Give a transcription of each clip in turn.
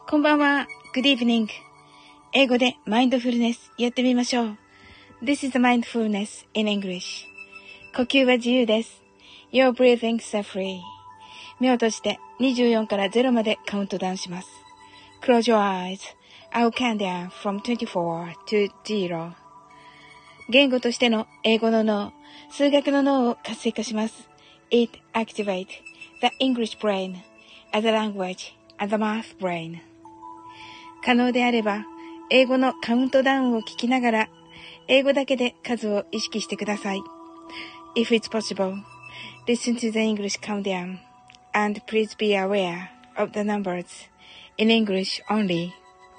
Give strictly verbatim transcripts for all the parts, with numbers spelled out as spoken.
こんばんは。Good evening. 英語でマインドフルネスやってみましょう。This is mindfulness in English. 呼吸は自由です。Your breathing is free. 目を閉じてにじゅうよんからゼロまでカウントダウンします。Close your eyes. I'll count down from twenty-four to zero. 言語としての英語の脳、数学の脳を活性化します。It activates the English brain as a language and the math brain. 可能であれば、英語のカウントダウンを聞きながら、英語だけで数を意識してください。If it's possible, listen to the English countdown, and please be aware of the numbers in English only.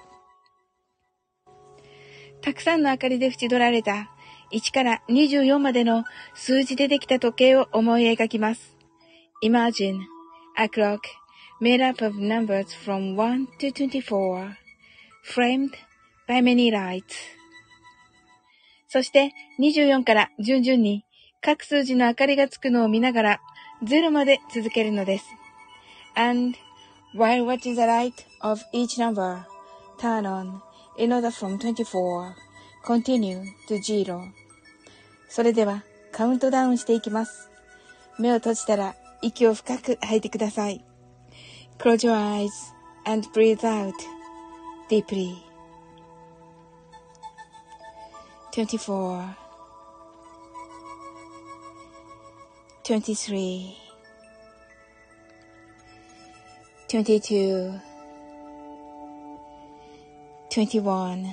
たくさんの明かりで縁取られたいちからにじゅうよんまでの数字でできた時計を思い描きます。Imagine a clock made up of numbers from one to twenty-four, framed by many lights. そしてにじゅうよんから順々に各数字の明かりがつくのを見ながらゼロまで続けるのです。And while watching the light of each number turn on in order from twenty-four, continue to zero. それではカウントダウンしていきます。目を閉じたら息を深く吐いてください。Close your eyes and breathe out deeply. twenty-four, twenty-three, twenty-two, twenty-one,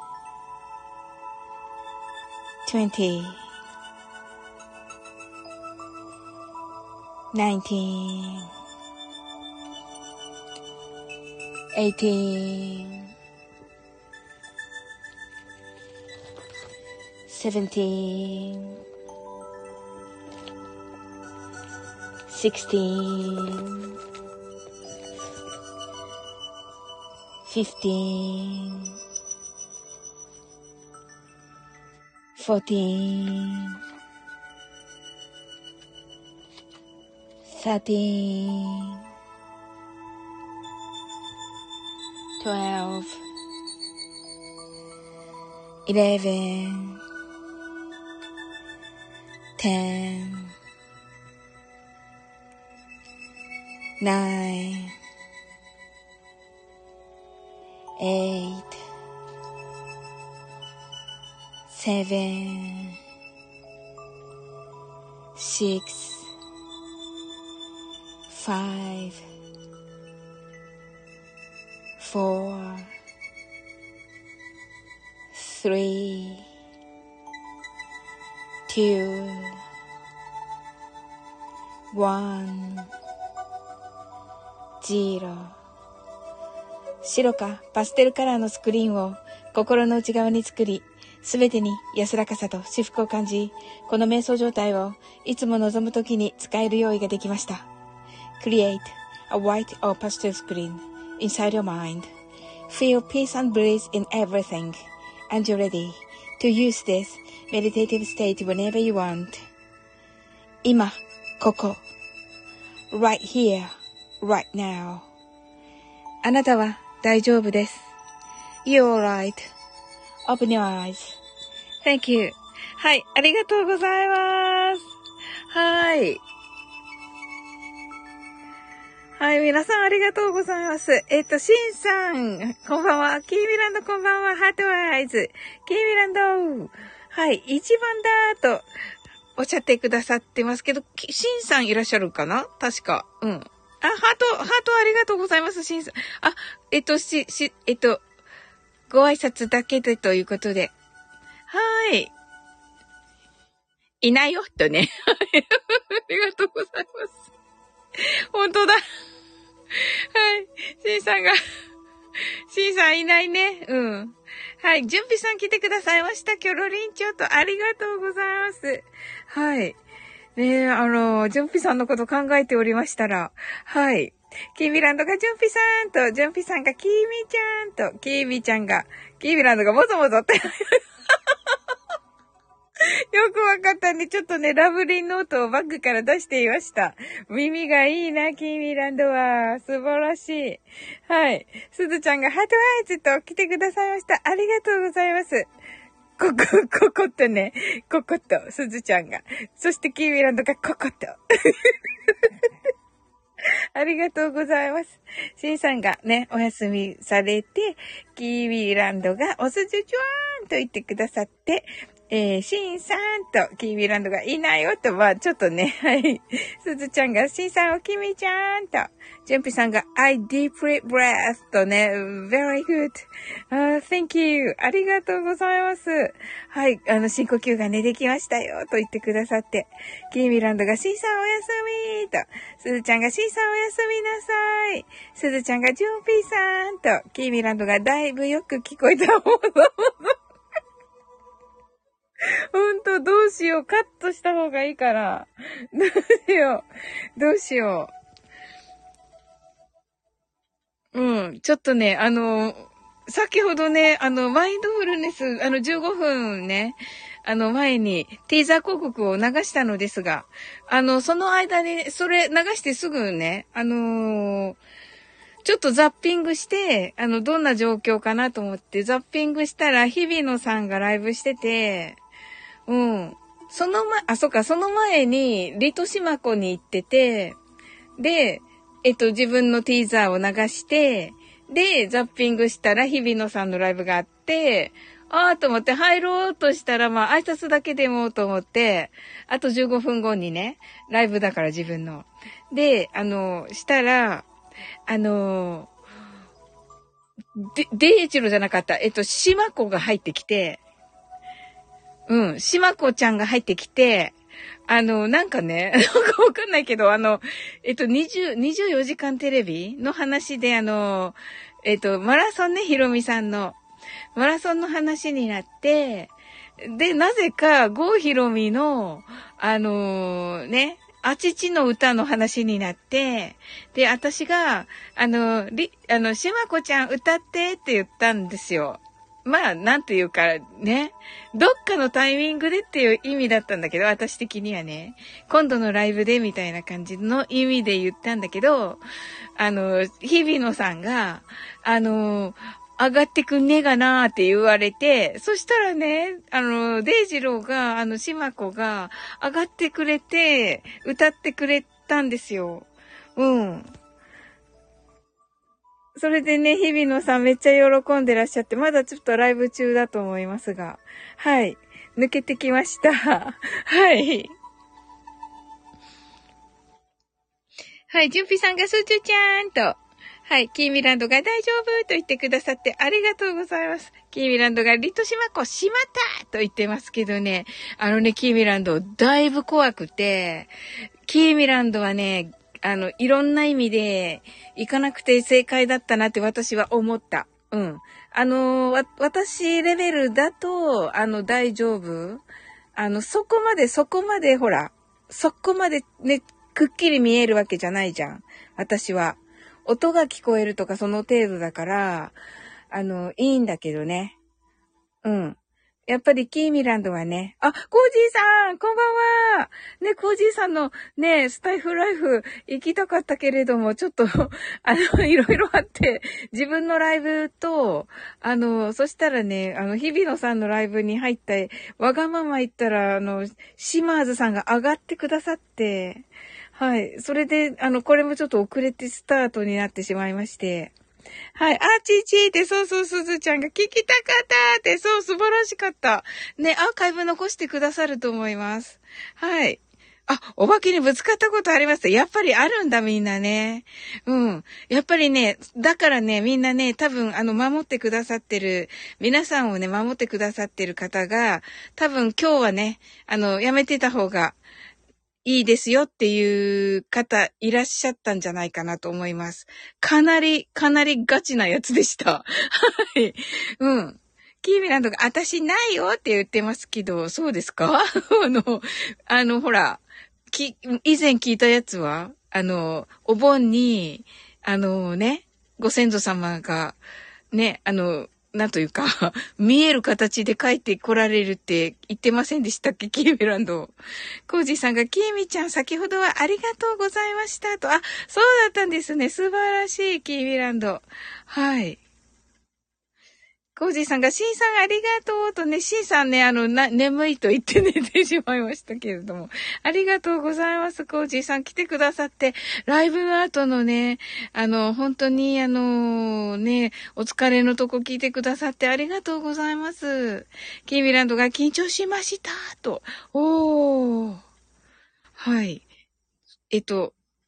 twenty.nineteen, eighteen, seventeen, sixteen, fifteen, fourteen.thirteen, twelve, eleven, ten, nine, eight, seven, six,Five, four, three, two, one, zero. 白かパステルカラーのスクリーンを心の内側に作り、すべてに安らかさと至福を感じ、この瞑想状態をいつも望むときに使える用意ができました。Create a white or pastel screen inside your mind. Feel peace and bliss in everything, and you're ready to use this meditative state whenever you want. 今、ここ。Right here, right now. あなたは大丈夫です。You're alright.Open your eyes. Thank you. はい、ありがとうございます。はい。はい、皆さんありがとうございます。えっと、シンさん、こんばんは。キーミランドこんばんは。ハートアイズ。キーミランド。はい、一番だーとおっしゃってくださってますけど、シンさんいらっしゃるかな？確か。うん。あ、ハート、ハートありがとうございます、シンさん。あ、えっと、し、し、えっと、ご挨拶だけでということで。はい。いないよ、とね。ありがとうございます。本当だ。はい。シンさんが、シンさんいないね。うん。はい。準備さん来てくださいました。キョロリンチョとありがとうございます。はい。ねえ、あの、ジュンピさんのこと考えておりましたら、はい。キーミランドがジュンピさんと、ジュンピさんがキーミちゃんと、キーミちゃんが、キーミランドがもぞもぞって。 よくわかったね。ちょっとね、ラブリーノートをバッグから出していました。耳がいいな、キーミランドは。素晴らしい。はい。すずちゃんがハートアイズと来てくださいました。ありがとうございます。ここ、ここっとね、ここと、すずちゃんが。そしてキーミランドがここと。ありがとうございます。シンさんがね、お休みされて、キーミランドがおすずちゃんと言ってくださって、えー、シンさんとキーミランドがいないよと、まあちょっとね、はい。すずちゃんがシンさんをキミちゃんと、ジュンピさんが I deeply breath とね、very good、uh, thank you ありがとうございます。はい、あの深呼吸がね、できましたよと言ってくださって、キーミランドがシンさんおやすみと、すずちゃんがシンさんおやすみなさい。すずちゃんがジュンピさんと、キーミランドがだいぶよく聞こえたもの。ほんと、どうしよう。カットした方がいいから。どうしよう。どうしよう。うん。ちょっとね、あの、先ほどね、あの、マインドフルネス、あの、じゅうごふんね、あの、前に、ティーザー広告を流したのですが、あの、その間に、それ流してすぐね、あのー、ちょっとザッピングして、あの、どんな状況かなと思って、ザッピングしたら、日比野さんがライブしてて、うん。その前、あ、そっか、その前に、リトシマコに行ってて、で、えっと、自分のティーザーを流して、で、ザッピングしたら、日比野さんのライブがあって、あーと思って入ろうとしたら、まあ、挨拶だけでもと思って、あとじゅうごふんごにね、ライブだから自分の。で、あの、したら、あの、で、デイチロじゃなかった。えっと、シマコが入ってきて、うん、しまこちゃんが入ってきて、あの、なんかね、なんかわかんないけど、あの、えっと、にじゅう、にじゅうよじかんテレビの話で、あの、えっと、マラソンね、ひろみさんの、マラソンの話になって、で、なぜか、ゴーひろみの、あのね、あちちの歌の話になって、で、私が、あの、り、あの、しまこちゃん歌ってって言ったんですよ。まあ、なんていうかね、どっかのタイミングでっていう意味だったんだけど、私的にはね、今度のライブでみたいな感じの意味で言ったんだけど、あの、日比野さんが、あの、上がってくんねえがなーって言われて、そしたらね、あの、デイジローが、あの、シマコが上がってくれて、歌ってくれたんですよ。うん。それでね、日比野さんめっちゃ喜んでらっしゃって、まだちょっとライブ中だと思いますが、はい。抜けてきました。はい。はい、ジュンピさんがスーチュちゃーんと、はい、キーミランドが大丈夫と言ってくださってありがとうございます。キーミランドがリトシマコしまったと言ってますけどね、あのね、キーミランドだいぶ怖くて、キーミランドはね、あの、いろんな意味で行かなくて正解だったなって私は思った。うん。あの、わ、私レベルだと、あの、大丈夫。あの、そこまで、そこまで、ほら、そこまでね、くっきり見えるわけじゃないじゃん。私は。音が聞こえるとかその程度だから、あの、いいんだけどね。うん。やっぱりキーミランドはね、あ、コージーさんこんばんはね、コージーさんのね、スタイフライフ行きたかったけれども、ちょっと、あの、いろいろあって、自分のライブと、あの、そしたらね、あの、日比野さんのライブに入った、わがまま言ったら、あの、シマーズさんが上がってくださって、はい。それで、あの、これもちょっと遅れてスタートになってしまいまして、はい。あ、ちーちーって、そうそう、すずちゃんが聞きたかったって、そう、素晴らしかった。ね、アーカイブ残してくださると思います。はい。あ、お化けにぶつかったことあります。やっぱりあるんだ、みんなね。うん。やっぱりね、だからね、みんなね、多分、あの、守ってくださってる、皆さんをね、守ってくださってる方が、多分今日はね、あの、やめてた方が、いいですよっていう方いらっしゃったんじゃないかなと思います。かなり、かなりガチなやつでした。はい。うん。キーミランドが、私ないよって言ってますけど、そうですかあの、あの、ほら、き、以前聞いたやつは、あの、お盆に、あのね、ご先祖様が、ね、あの、 なんというか、見える形で書いて来られるって言ってませんでしたっけ、キーミランド。コージーさんが、キーミちゃん先ほどはありがとうございましたと。あ、そうだったんですね。素晴らしい、キーミランド。はい。コージーさんが、シンさんありがとうとね、シンさんね、あの、な、眠いと言って寝てしまいましたけれども。ありがとうございます、コージーさん。来てくださって、ライブの後のね、あの、本当に、あの、ね、お疲れのとこ聞いてくださってありがとうございます。キーミランドが緊張しました、と。おー。はい。えっと、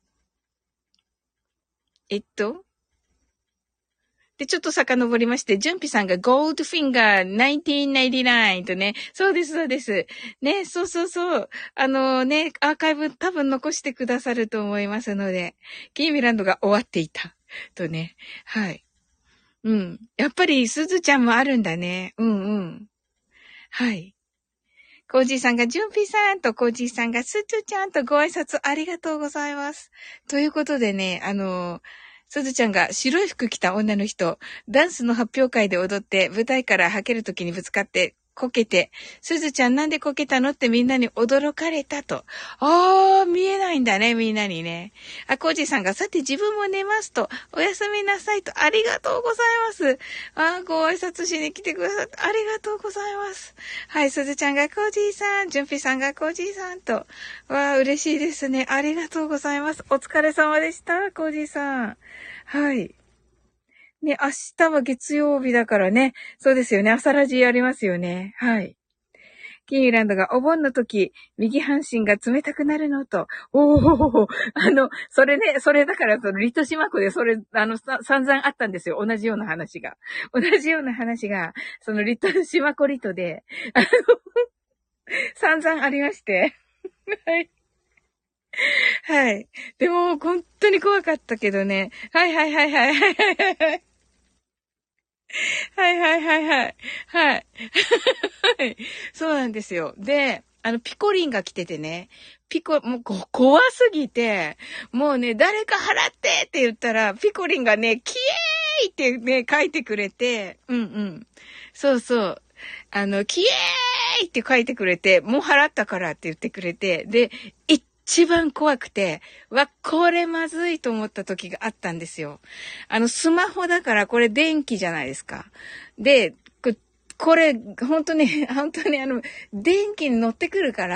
えっと、で、ちょっと遡りまして、ジュンピさんがゴールドフィンガーせんきゅうひゃくきゅうじゅうきゅうとね、そうです、そうです。ね、そうそうそう。あのね、アーカイブ多分残してくださると思いますので、キーミランドが終わっていた。とね。はい。うん。やっぱり、すずちゃんもあるんだね。うんうん。はい。コージーさんが、ジュンピさんと、コージーさんが、すずちゃんとご挨拶ありがとうございます。ということでね、あの、すずちゃんが白い服着た女の人、ダンスの発表会で踊って舞台からはけるときにぶつかってこけて、すずちゃんなんでこけたのってみんなに驚かれたと。あー、見えないんだね、みんなにね。あ、コージーさんが、さて自分も寝ますと、おやすみなさいと、ありがとうございます。あー、ご挨拶しに来てくださって、ありがとうございます。はい、すずちゃんがコージーさん、ジュンピさんがコージーさんと、わー、嬉しいですね。ありがとうございます。お疲れ様でした、コージーさん。はい。ね、明日は月曜日だからね。そうですよね。朝ラジありますよね。はい。キーランドがお盆の時、右半身が冷たくなるのと。おー、あの、それね、それだから、その、リトシマ湖で、それ、あの、さ、散々あったんですよ。同じような話が。同じような話が、その、リトシマコリトで、あの、散々ありまして。はい。はい。でも、本当に怖かったけどね。はいはいはいはいはいはいはい。はいはいはいはい。はい。はい。そうなんですよ。で、あの、ピコリンが来ててね、ピコ、もうこ怖すぎて、もうね、誰か払ってって言ったら、ピコリンがね、キエーイってね、書いてくれて、うんうん。そうそう。あの、キエーイって書いてくれて、もう払ったからって言ってくれて、で、一番怖くて、わ、これまずいと思った時があったんですよ。あの、スマホだからこれ電気じゃないですか。で、ここれ、本当に、本当にあの、電気に乗ってくるから、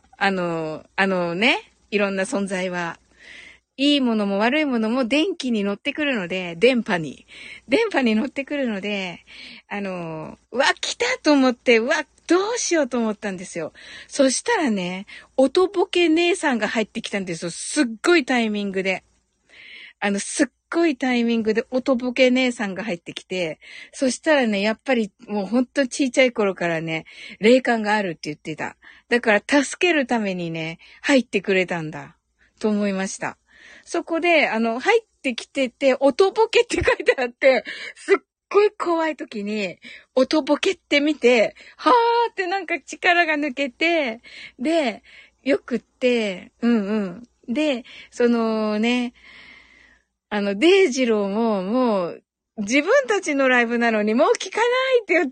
あの、あのね、いろんな存在は。いいものも悪いものも電気に乗ってくるので、電波に。電波に乗ってくるので、あの、うわ、来たと思って、うわ、どうしようと思ったんですよ。そしたらね、音ボケ姉さんが入ってきたんですよ。すっごいタイミングで。あの、すっごいタイミングで音ボケ姉さんが入ってきて、そしたらね、やっぱりもうほんと小さい頃からね、霊感があるって言ってた。だから助けるためにね、入ってくれたんだ。と思いました。そこで、あの、入ってきてて、音ボケって書いてあって、すっごい怖い時に、音ボケって見て、はーってなんか力が抜けて、で、よくって、うんうん。で、そのね、あの、デイジローも、もう、自分たちのライブなのに、もう聞かないって言って、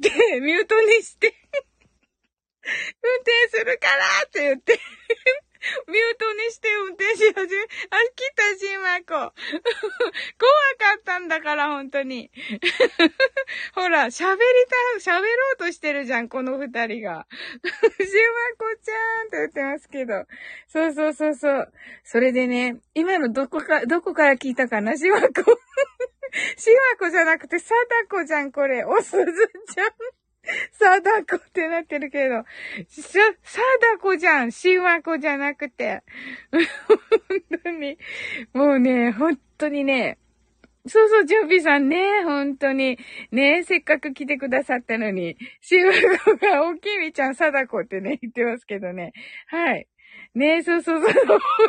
ミュートにして、運転するからって言って、ミュートにして運転し始め、あ、来た、シンマコ。怖かったんだから、本当に。ほら、喋りた、喋ろうとしてるじゃん、この二人が。シンマコちゃんって言ってますけど。そうそうそうそう。それでね、今のどこか、どこから聞いたかな、シンマコ。シンマコじゃなくて、サダコじゃん、これ。おすずちゃん。サダコってなってるけど、サダコじゃん、シンワコじゃなくて。本当に。もうね、本当にね、そうそう、ジョビさんね、本当に。ね、せっかく来てくださったのに、シンワコが、おきみちゃん、サダコってね、言ってますけどね。はい。ね、そうそうそう。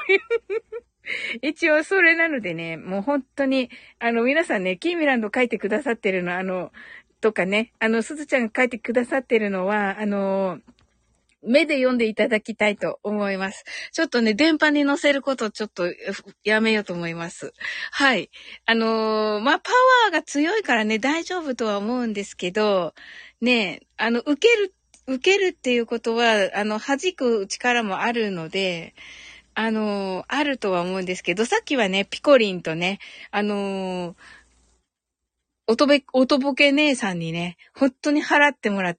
一応それなのでね、もう本当に、あの、皆さんね、キーミランド書いてくださってるの、あの、とかね、あの、すずちゃんが書いてくださってるのは、あの、 目で読んでいただきたいと思います。ちょっとね、電波に乗せることちょっとやめようと思います。はい。あのー、まあ、パワーが強いからね、大丈夫とは思うんですけど、ね、あの、受ける、受けるっていうことは、あの、弾く力もあるので、あのー、あるとは思うんですけど、さっきはね、ピコリンとね、あのー、おとべ、おとぼけ姉さんにね、本当に払ってもらって、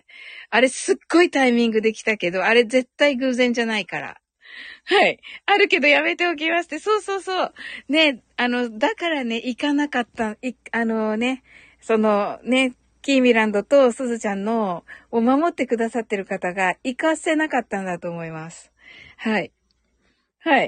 あれすっごいタイミングで来たけど、あれ絶対偶然じゃないから。はい。あるけどやめておきますって。そうそうそう。ね、あの、だからね、行かなかった、い、あのね、そのね、キーミランドとスズちゃんの、を守ってくださってる方が行かせなかったんだと思います。はい。はい。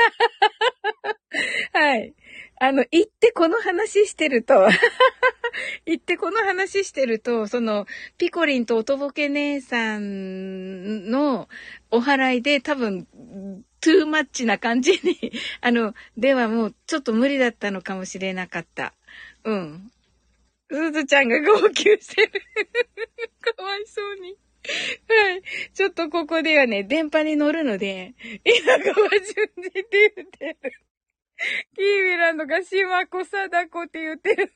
はい。あの、行ってこの話してると、行ってこの話してると、その、ピコリンとおとぼけ姉さんのお祓いで多分、トゥーマッチな感じに、あの、ではもうちょっと無理だったのかもしれなかった。うん。すずちゃんが号泣してる。かわいそうに。はい。ちょっとここではね、電波に乗るので、今川順次って言ってる。キーミランドが島子貞子って言ってる。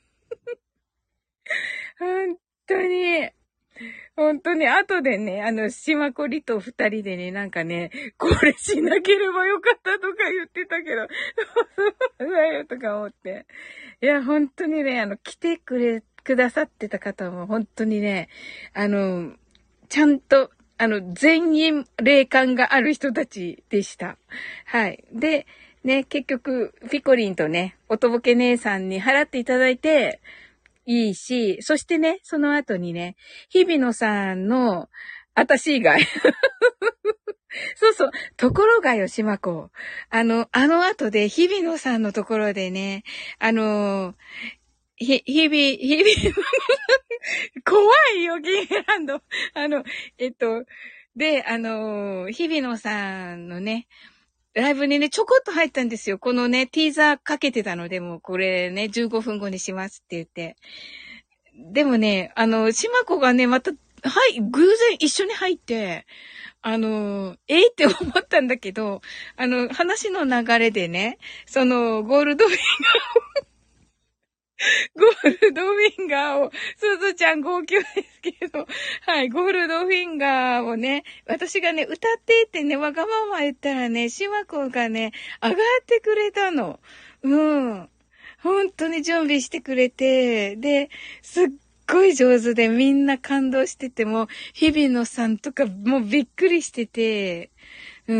本当に。本当に、後でね、あの、島子りと二人でね、なんかね、これしなければよかったとか言ってたけど、そうだよとか思って。いや、本当にね、あの、来てくれ、くださってた方も本当にね、あの、ちゃんと、あの、全員霊感がある人たちでした。はい。で、ね、結局、ピコリンとね、おとぼけ姉さんに払っていただいて、いいし、そしてね、その後にね、日比野さんの、私以外。そうそう。ところがよ、島子。あの、あの後で、日比野さんのところでね、あの、ひ、日々、日々、怖いよ、ギーランド。あの、えっと、で、あの、日比野さんのね、ライブにね、ちょこっと入ったんですよ。このね、ティーザーかけてたので、もうこれね、じゅうごふんごにしますって言って。でもね、あの、島子がね、また、はい、偶然一緒に入って、あの、ええって思ったんだけど、あの、話の流れでね、その、ゴールドウィンガーを、ゴールドウィンガーを、すずちゃん号泣ですけど、はい、ゴールドウィンガーをね、私がね、歌ってってね、わがまま言ったらね、島子がね、上がってくれたの。うん。本当に準備してくれて、で、すっごい上手でみんな感動してても、日比野さんとかもうびっくりしてて、うん。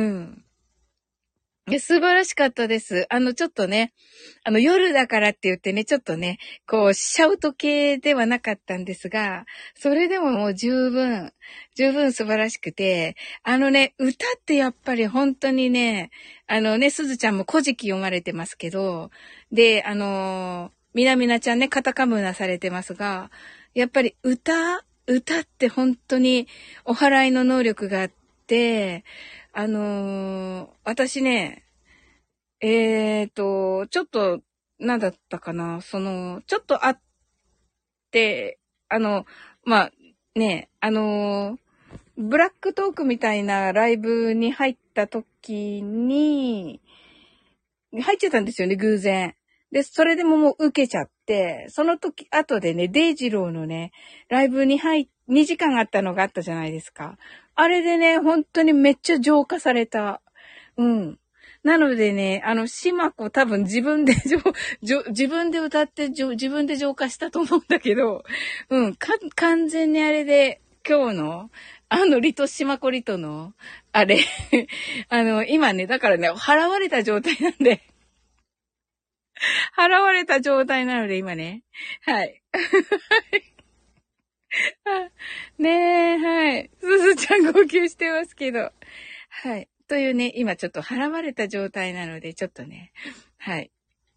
いや、素晴らしかったです。あの、ちょっとね、あの、夜だからって言ってね、ちょっとね、こう、シャウト系ではなかったんですが、それでももう十分、十分素晴らしくて、あのね、歌ってやっぱり本当にね、あのね、すずちゃんも古事記読まれてますけど、で、あの、みなみなちゃんね、カタカムナされてますが、やっぱり歌歌って本当にお祓いの能力があって、あのー、私ね、えーと、ちょっと、なんだったかな、その、ちょっとあって、あの、まあ、ね、あのー、ブラックトークみたいなライブに入った時に、入っちゃったんですよね、偶然。で、それでももう受けちゃって、その時、後でね、デイジローのね、ライブに入っ、にじかんあったのがあったじゃないですか。あれでね、本当にめっちゃ浄化された。うん。なのでね、あの、島子多分自分で浄、浄自分で歌って浄自分で浄化したと思うんだけど、うん、か、完全にあれで、今日の、あの、リト、島子リトの、あれ、あの、今ね、だからね、払われた状態なんで、払われた状態なので、今ね。はい。ねえ、はい。すずちゃん号泣してますけど。はい。というね、今ちょっと払われた状態なので、ちょっとね。はい。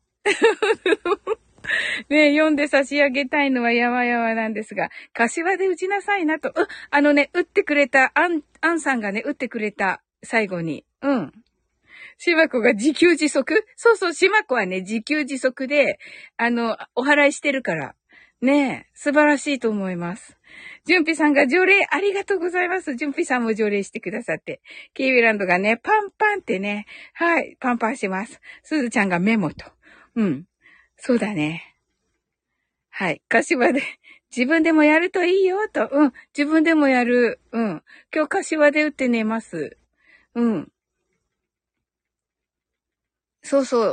ねえ、読んで差し上げたいのは山々なんですが、柏で打ちなさいなと。う、あのね、打ってくれた、アン、アンさんがね、打ってくれた、最後に。うん。島子が自給自足そうそう、島子はね、自給自足で、あの、お祓いしてるから。 ねえ、素晴らしいと思います。ジュンピさんが条例ありがとうございます。ジュンピさんも条例してくださって。キーウィランドがね、パンパンってね、はい、パンパンします。すずちゃんがメモと。うん。そうだね。はい。柏で、自分でもやるといいよ、と。うん。自分でもやる。うん。今日柏で打って寝ます。うん。そうそう。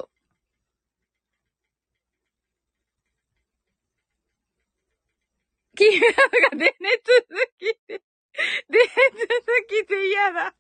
キーウィランドが出寝続きで、出寝続きで嫌だ。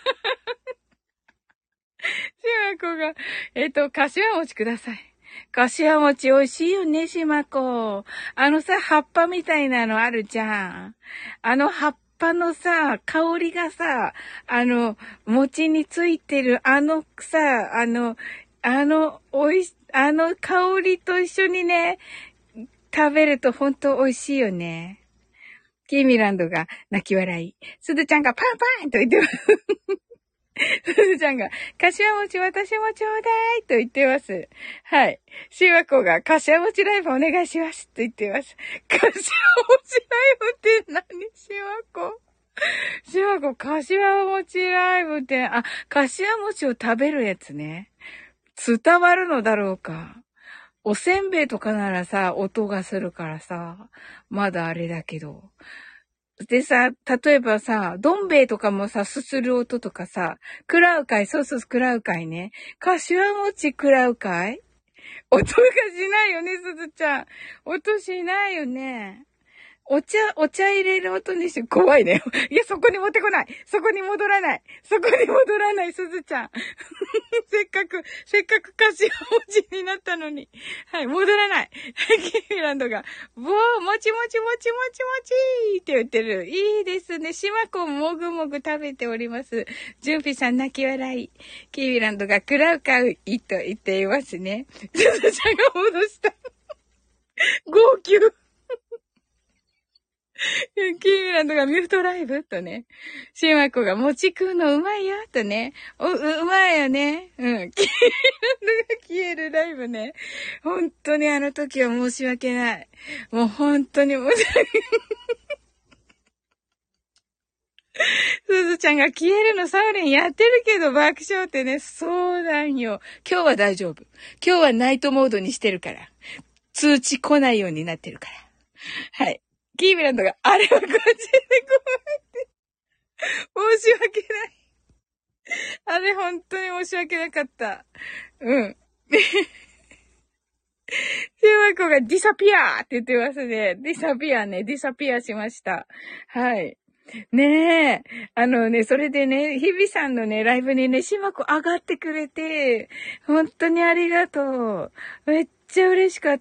しまこが、えっと、柏餅ください。柏餅美味しいよね、しまこ。あのさ、葉っぱみたいなのあるじゃん。あの葉っぱのさ、香りがさ、あの、餅についてる、あのさ、あの、あの、おいし、あの香りと一緒にね、食べるとほんと美味しいよね。キーミランドが泣き笑い。すずちゃんがパンパンと言ってます。すずちゃんが、柏餅私もちょうだいと言ってます。はい。しわこが、柏餅ライブお願いしますと言ってます。柏餅ライブって何？しわこ。しわこ、柏餅ライブって、あ、柏餅を食べるやつね。伝わるのだろうか。おせんべいとかならさ、音がするからさ、まだあれだけど。でさ、例えばさ、どん兵衛とかもさ、すする音とかさ、食らうかい、そうそう、食らうかいね。柏餅食らうかい？音がしないよね、すずちゃん。音しないよね。お茶、お茶入れる音にして、怖いね。いや、そこに持ってこない。そこに戻らない。そこに戻らない、すずちゃん。せっかく、せっかく柏餅になったのに。はい、戻らない。キーランドが、ぼー、もちもちもちもちもちって言ってる。いいですね。しまこもぐもぐ食べております。ジュンピさん泣き笑い。キーランドが食らうかいと言っていますね。すずちゃんが戻した。号泣。キーミランドがミュートライブとね。シマコが餅食うのうまいよとね。お、う、うまいよね。うん。キーミランドが消えるライブね。本当にあの時は申し訳ない。もう本当に申し訳ない。すずちゃんが消えるのサウレンやってるけど爆笑ってね。そうなんよ。今日は大丈夫。今日はナイトモードにしてるから。通知来ないようになってるから。はい。キーミランドが、あれはこっちでごめんって。申し訳ない。あれ本当に申し訳なかった。うん。シマコがディサピアーって言ってますね。ディサピアね、ディサピアしました。はい。ねえ。あのね、それでね、日々さんのね、ライブにね、シマコ上がってくれて、本当にありがとう。めっちゃ嬉しかった。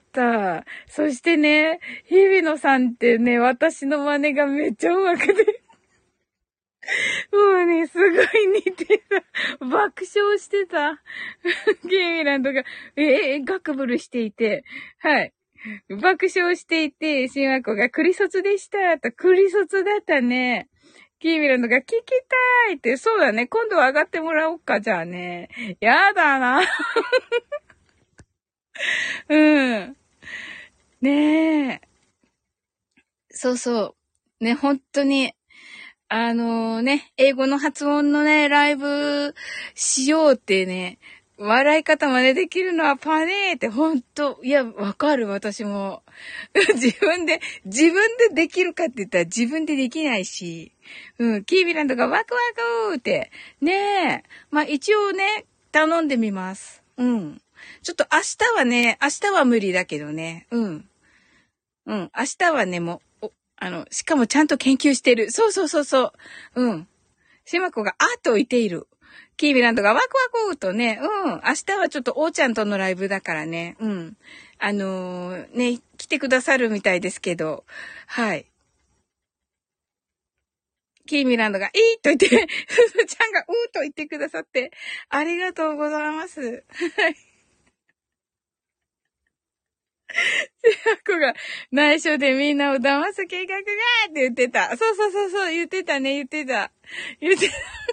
そしてね、日々のさんってね、私の真似がめっちゃ上手くて。もうね、すごい似てた。爆笑してた。ゲイミランドが、えー、ガクブルしていて、はい。爆笑していて、シンワコがクリソツでした。と、クリソツだったね。キーミランドが聞きたいって、そうだね。今度は上がってもらおうか、じゃあね。やだな。うん。ねえ。そうそう。ね、本当に。あのね、英語の発音のね、ライブしようってね、笑い方真似できるのはパネーってほんと、いや、わかる、私も。自分で、自分でできるかって言ったら自分でできないし。うん、キービランドがワクワクって。ねえ。まあ一応ね、頼んでみます。うん。ちょっと明日はね、明日は無理だけどね。うん。うん。明日はね、もう、あの、しかもちゃんと研究してる。そうそうそうそう。うん。しまこがあーと言っている。キービランドがワクワクとね、うん。明日はちょっとおーちゃんとのライブだからね。うん。あのー、ね、来てくださるみたいですけど。はい。キーミランドがいいと言って、すずちゃんがうーと言ってくださって、ありがとうございます。はい。シマコが内緒でみんなを騙す計画がって言ってた。そうそうそうそう、言ってたね、言ってた。言ってた。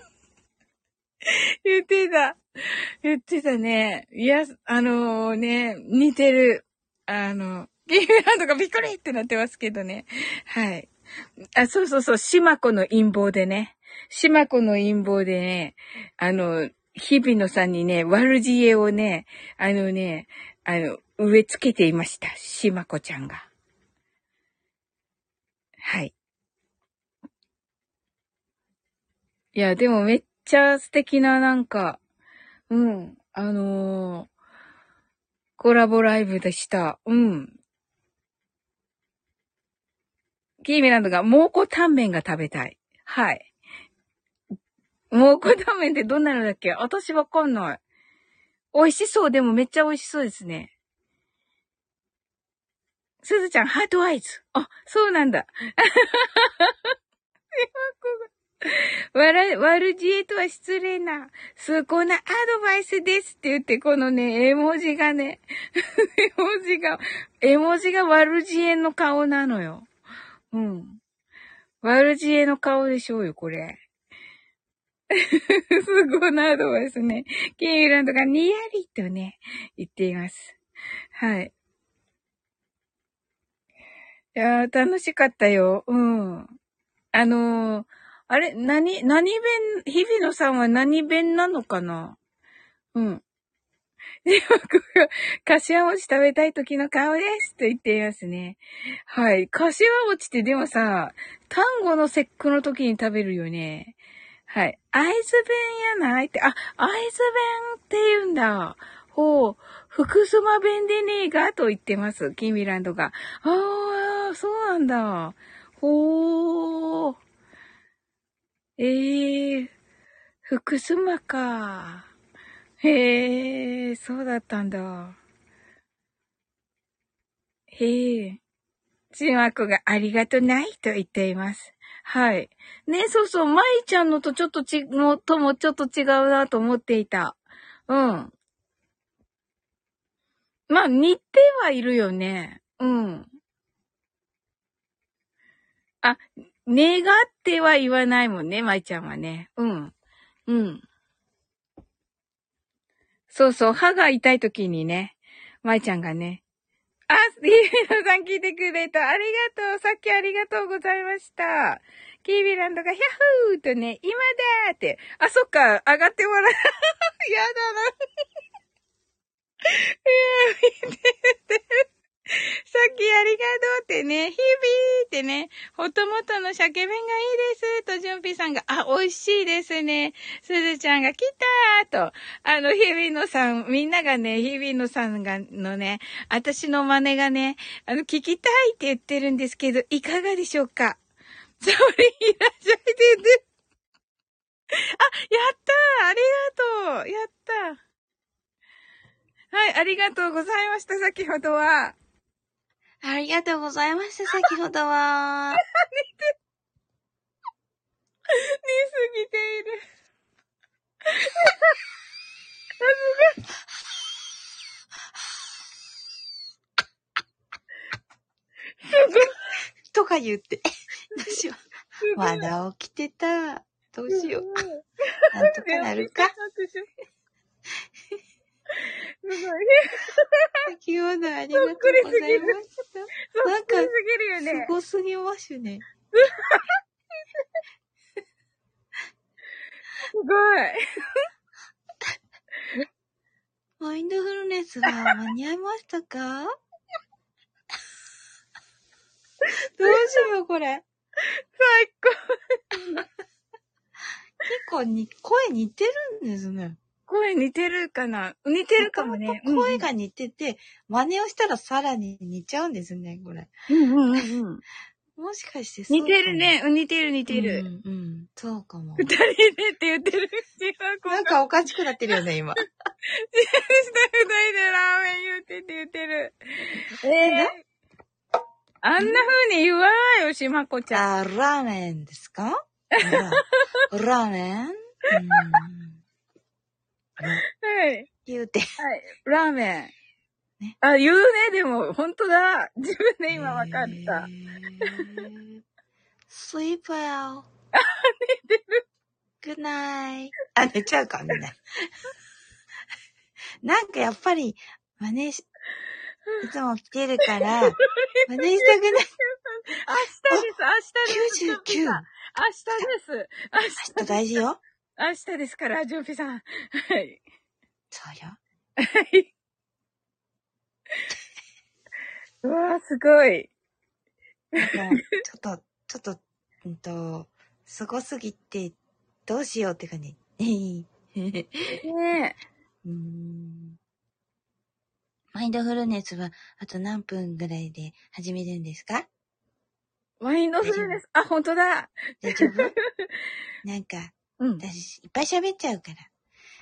言ってた。言ってたね。いや、あのー、ね、似てる。あの、 キーミランドがびっくりってなってますけどね。はい。あ、そうそうそう、シマコの陰謀でね。シマコの陰謀でね、あの、日比野さんにね、悪知恵をね、あのね、あの、植え付けていました。シマコちゃんが。はい。いや、でもめっちゃ素敵ななんか、うん、あのー、コラボライブでした。うん。キーミランドが蒙古タンメンが食べたい。はい。蒙古タンメンってどんなのだっけ？私わかんない。美味しそう。でもめっちゃ美味しそうですね。すずちゃん、ハートアイズ。あ、そうなんだ。わら、悪知恵とは失礼な、崇高なアドバイスですって言って、このね、絵文字がね、絵文字が、絵文字が悪知恵の顔なのよ。うん。悪知恵の顔でしょうよ、これ。すごいなアドバイスね。キーランドがニヤリとね、言っています。はい。いやー、楽しかったよ。うん。あのー、あれ、何、何弁、日比野さんは何弁なのかな？うん。で、僕が、柏餅食べたい時の顔ですと言っていますね。はい。柏餅ってでもさ、単語の節句の時に食べるよね。はい。会津弁やないって、あ、会津弁って言うんだ。ほう。福島弁でねえがと言ってます。キーミランドが。ああ、そうなんだ。ほー。ええー、福島か。へえ、そうだったんだ。へえ。ちまこがありがとないと言っています。はい。ね、そうそう、まいちゃんのとちょっとち、のともちょっと違うなと思っていた。うん。まあ、似てはいるよね。うん。あ、願っては言わないもんね、まいちゃんはね。うん。うん。そうそう、歯が痛い時にね、まいちゃんがね、あ、リービラさん聞いてくれた。ありがとう。さっきありがとうございました。キービランドがヒャッフーとね、今だーって。あ、そっか。上がってもらう。やだな。いや、見てて。さっきありがとうってね、ヒビーってね、ほともとの鮭弁がいいですと、ジュンピさんが、あ、美味しいですね。すずちゃんが来たーと、あの、日比野さん、みんながね、日比野さんが、のね、私の真似がね、あの、聞きたいって言ってるんですけど、いかがでしょうか？それいらっしゃいでで。あ、やったーありがとうやったーはい、ありがとうございました、先ほどは。 ありがとうございました、先ほどは。 似すぎている。すごい。 とか言って。どうしよう。まだ起きてた。どうしよう。なんとかなるか。 すごい。 先ほどありがとうございました。なんか、すごすぎますね。 すごい。 マインドフルネスは間に合いましたか？どうしよう、これ。 最高。 結構に、声似てるんですね。 声似てるかな？似てるかもね。 声が似てて、真似をしたらさらに似ちゃうんですね、これ。 うんうんうんうん。 もしかしてそうかも。 似てるね。似てる似てる。 うん、うん、そうかも。 二人でって言ってる。 なんかおかしくなってるよね、今。 二人でラーメン言ってって言ってる。えー、あんな風に言わないよ、しまこちゃん。 あ、ラーメンですか？ラーメン、うん、 はい。 言うて。 はい。ラーメン。ね、あ、言うね、でも、ほんとだ。自分で今わかった。 sleep well. あ、寝てる。 good night. あ、寝ちゃうか、みんな。なんかやっぱり、真似し、 いつも来てるから、真似したくない。 明日です、明日です。 きゅうじゅうきゅう。 明日です。明日明日大事よ。 明日ですから、ジョンピさん。はい。 そうよ。 はい。うわー、すごい。 なんか、ちょっと、ちょっと、うんと、すごすぎて、どうしようって感じ。ねえ。 うーん。マインドフルネスは、あと何分ぐらいで始めるんですか？ マインドフルネス。あ、ほんとだ。 大丈夫？なんか、 うん。 私、いっぱい喋っちゃうから。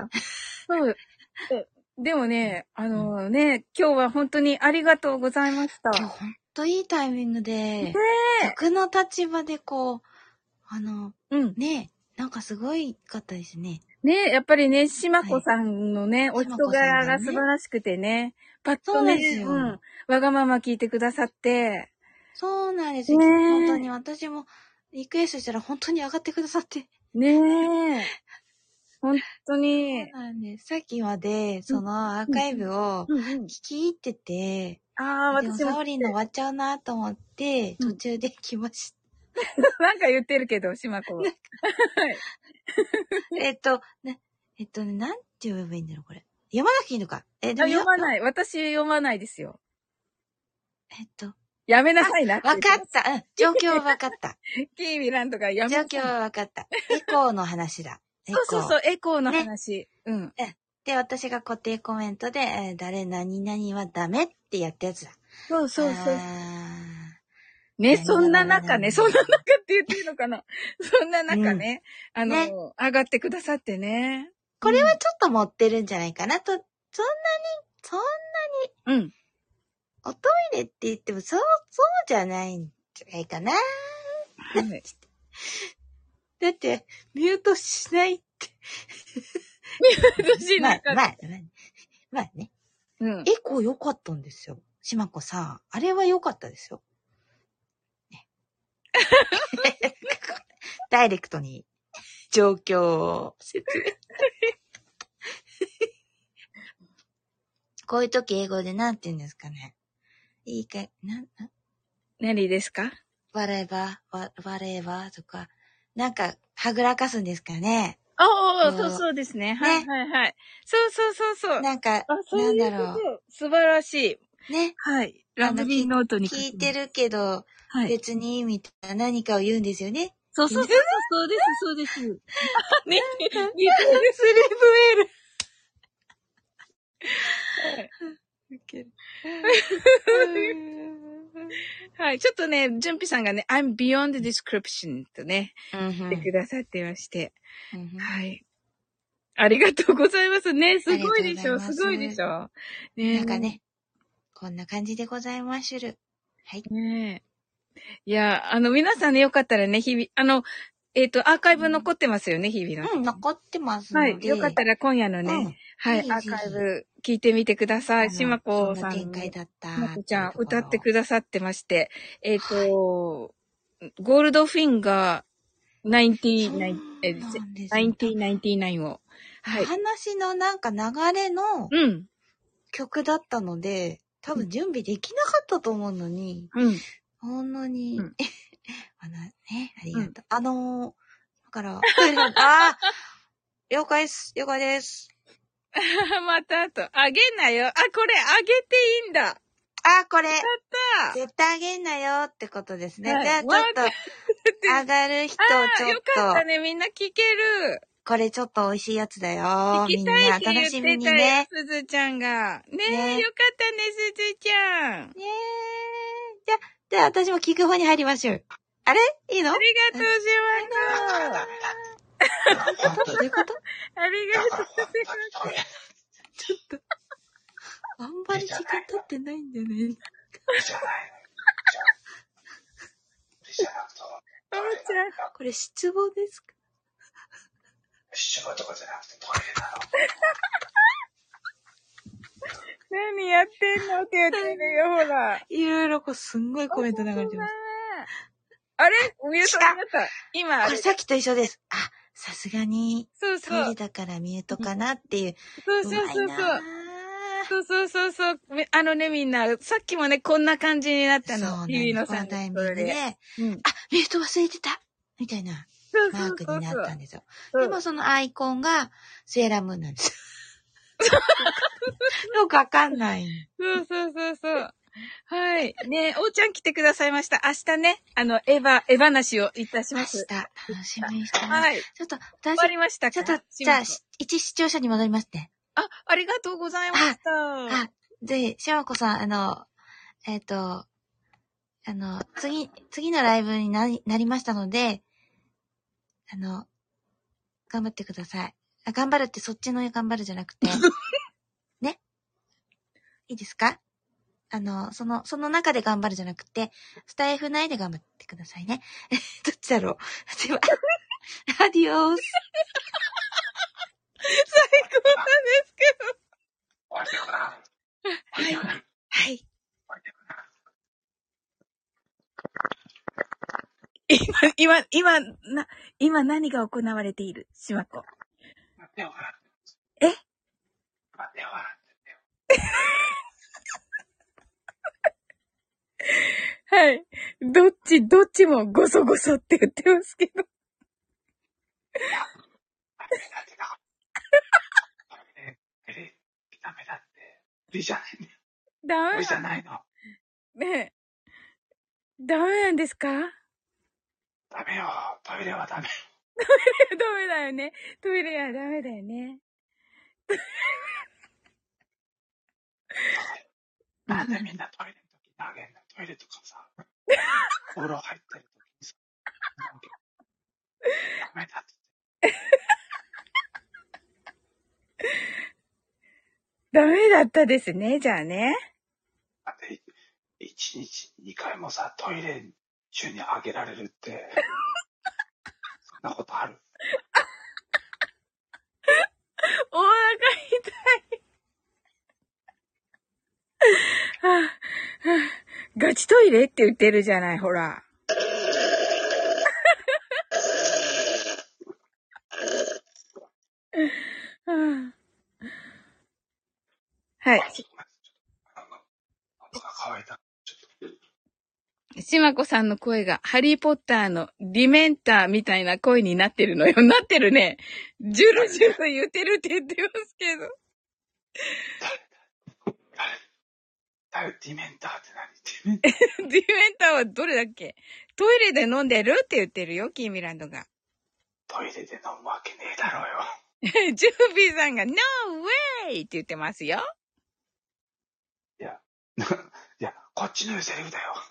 そう。でもね、あのね、今日は本当にありがとうございました。 今日ほんといいタイミングで、 ね逆の立場でこう、あの、 うん。 ね、なんかすごいかったですね。 ねやっぱりね、しまこさんのね、 はい、 お人柄が素晴らしくてね、パッとね、 そううん、わがまま聞いてくださって。 そうなんですよ。ね、本当に私もリクエストしたら本当に上がってくださって。 ねえ。本当に。 そうなんです。さっきまで、そのアーカイブを聞き入ってて、 うんうんうんうん、ああ、 でもサオリンの終わっちゃうなと思って、途中で来ました。 なんか言ってるけど、しまこは。はい。 えっと、ね、えっとね、なんて呼べばいいんだろう、これ。読まなくていいのか。え、でも読まない。私読まないですよ。 えっと。 やめなさいな。 わかった。うん。状況はわかった。 キーミランとかやめなさい。 状況はわかった。エコーの話だ。 そうそうそう、エコーの話。ね、うん。 で、私が固定コメントで、えー、誰何々はダメってやったやつだ。 そうそうそう。ね、そんな中ね、そんな中って言っていいのかな。そんな中ね、うん、あの、ね、上がってくださってね。 これはちょっと持ってるんじゃないかなと、そんなに、そんなに、うん。おトイレって言っても、そう、そうじゃないんじゃないかな。はい、だって、ミュートしないって。 ミュートしなかった。 まあ、まあ、まあね。うん。エコー良かったんですよ。しまこさん。あれは良かったですよ。ね、ダイレクトに状況を説明。こういう時英語でなんて言うんですかね。いいか、なん、 何ですか？ whatever, whatever とか、なんか、はぐらかすんですかね。 ああ、そうそうですね。はいはいはい。そうそうそうそう。 なんか、なんだろう。 素晴らしい。 ね。 はい。ラブリーノートに聞いてるけど、はい、別にみたいな何かを言うんですよね。 そうそうそうそう、そうです、そうです。ね、似てる、スリーブエール。はい。ちょっとね、ジュンピさんがね、I'm beyond description とね、言ってくださってまして。はい。ありがとうございますね。すごいでしょ、すごいでしょ。 ね、なんかね、こんな感じでございまする。はい。 ねえ。いや、あの、皆さんね、よかったらね、日々、あの、えっと、アーカイブ残ってますよね、日々の。 うん、残ってますので。 はい。よかったら今夜のね、うん、はい、アーカイブ聞いてみてください。しまこさん。 展開だった。 しまこちゃん、歌ってくださってまして、えっと、はい、ゴールドフィンガーナインティーナイン、え、ナインティーナインティーナインを。 はい。話のなんか流れの曲だったので、うん、多分準備できなかったと思うのに、うん。ほんのに、うん、あのね、ありがとう。うん、あのー、だから、あ了解です。了解です。 またと、あげんなよ。あ、これあげていいんだ。 あ、これ。 やった絶対あげんなよってことですね。はい、じゃあちょっと、上がる人をちょっと。 よかったね。みんな聞ける。 これちょっと美味しいやつだよ。みんな楽しみにね。 すずちゃんが。ねえ、ねよかったね、すずちゃん。 ねえ。じゃあ、じゃあ私も聞く方に入りましょう。あれいいの？ ありがとう、しまこ。 どういうこと？ ありがとうございます。 ちょっと、あんまり時間経ってないんだよね。じゃないの。じゃじゃなくと。 あむちゃん。 これ失望ですか？ 失望とかじゃなくてトイレなの。 何やってんのって言ってるよ、ほら。 いろいろこうすんごいコメント流れてます。 あれミュートになった。今。 これさっきと一緒です。あ、さすがに。 そうそう。 トイレだからミュートかなっていう。 そうそうそうそう。 そうそうそうそう。あのね、みんな、さっきもね、こんな感じになったの。 そう日比野さんのタイミングで、うん、あ、ミュート忘れてたみたいなマークになったんですよ。そうそうそうそう。でもそのアイコンがセーラームーンなんですよ。よくわかんない。 そうそうそうそう。はい。ね、おーちゃん来てくださいました。明日ね、あの、エヴァ、エヴァなしをいたします。 明日、楽しみにしてます。 はい。 ちょっと、 終わりましたか？ ちょっと、じゃあ、一視聴者に戻りますね。 あ、ありがとうございました。 あ、で、しまこさん、あの、えっと、あの、次、次のライブになり、なりましたので、あの、頑張ってください。あ、頑張るってそっちの頑張るじゃなくて、ね。いいですか？あの、その、その中で頑張るじゃなくて、スタイフ内で頑張ってくださいね。どっちだろう？では、アディオース。 最高なんですけど。 終わりかな。 はい。はい。今、今、今、な、今何が行われている？しまこ。 待ってよ、 え？ 待ってよ、 はい。どっち、どっちもごそごそって言ってますけど。いや、 ダメだってか。ダメダメだって。無理じゃないね。 ダメ。 無理じゃないの。 ねえ。ダメなんですか？ ダメよ。トイレはダメ。 トイレダメだよね。トイレはダメだよね。 なんでみんなトイレの時投げんの？トイレとかさ、お風呂入ってる時にさ、ダメだって。 ダメだったですね、じゃあね。 だって一日にかいもさ、トイレ中にあげられるって、そんなことある？ お腹痛い。はあはあ、ガチトイレって言ってるじゃない、ほら。はあ、はい。 乾いた。 しまこさんの声がハリーポッターのディメンターみたいな声になってるのよ。なってるね。ジュルジュル言ってるって言ってますけど。 誰誰ディメンターって何？ディメンターディメンターはどれだっけ？トイレで飲んでるって言ってるよ、キーミランドが。 トイレで飲むわけねえだろうよ。 ジュービーさんが No way! って言ってますよ。 いや、いや、こっちの言うセリフだよ。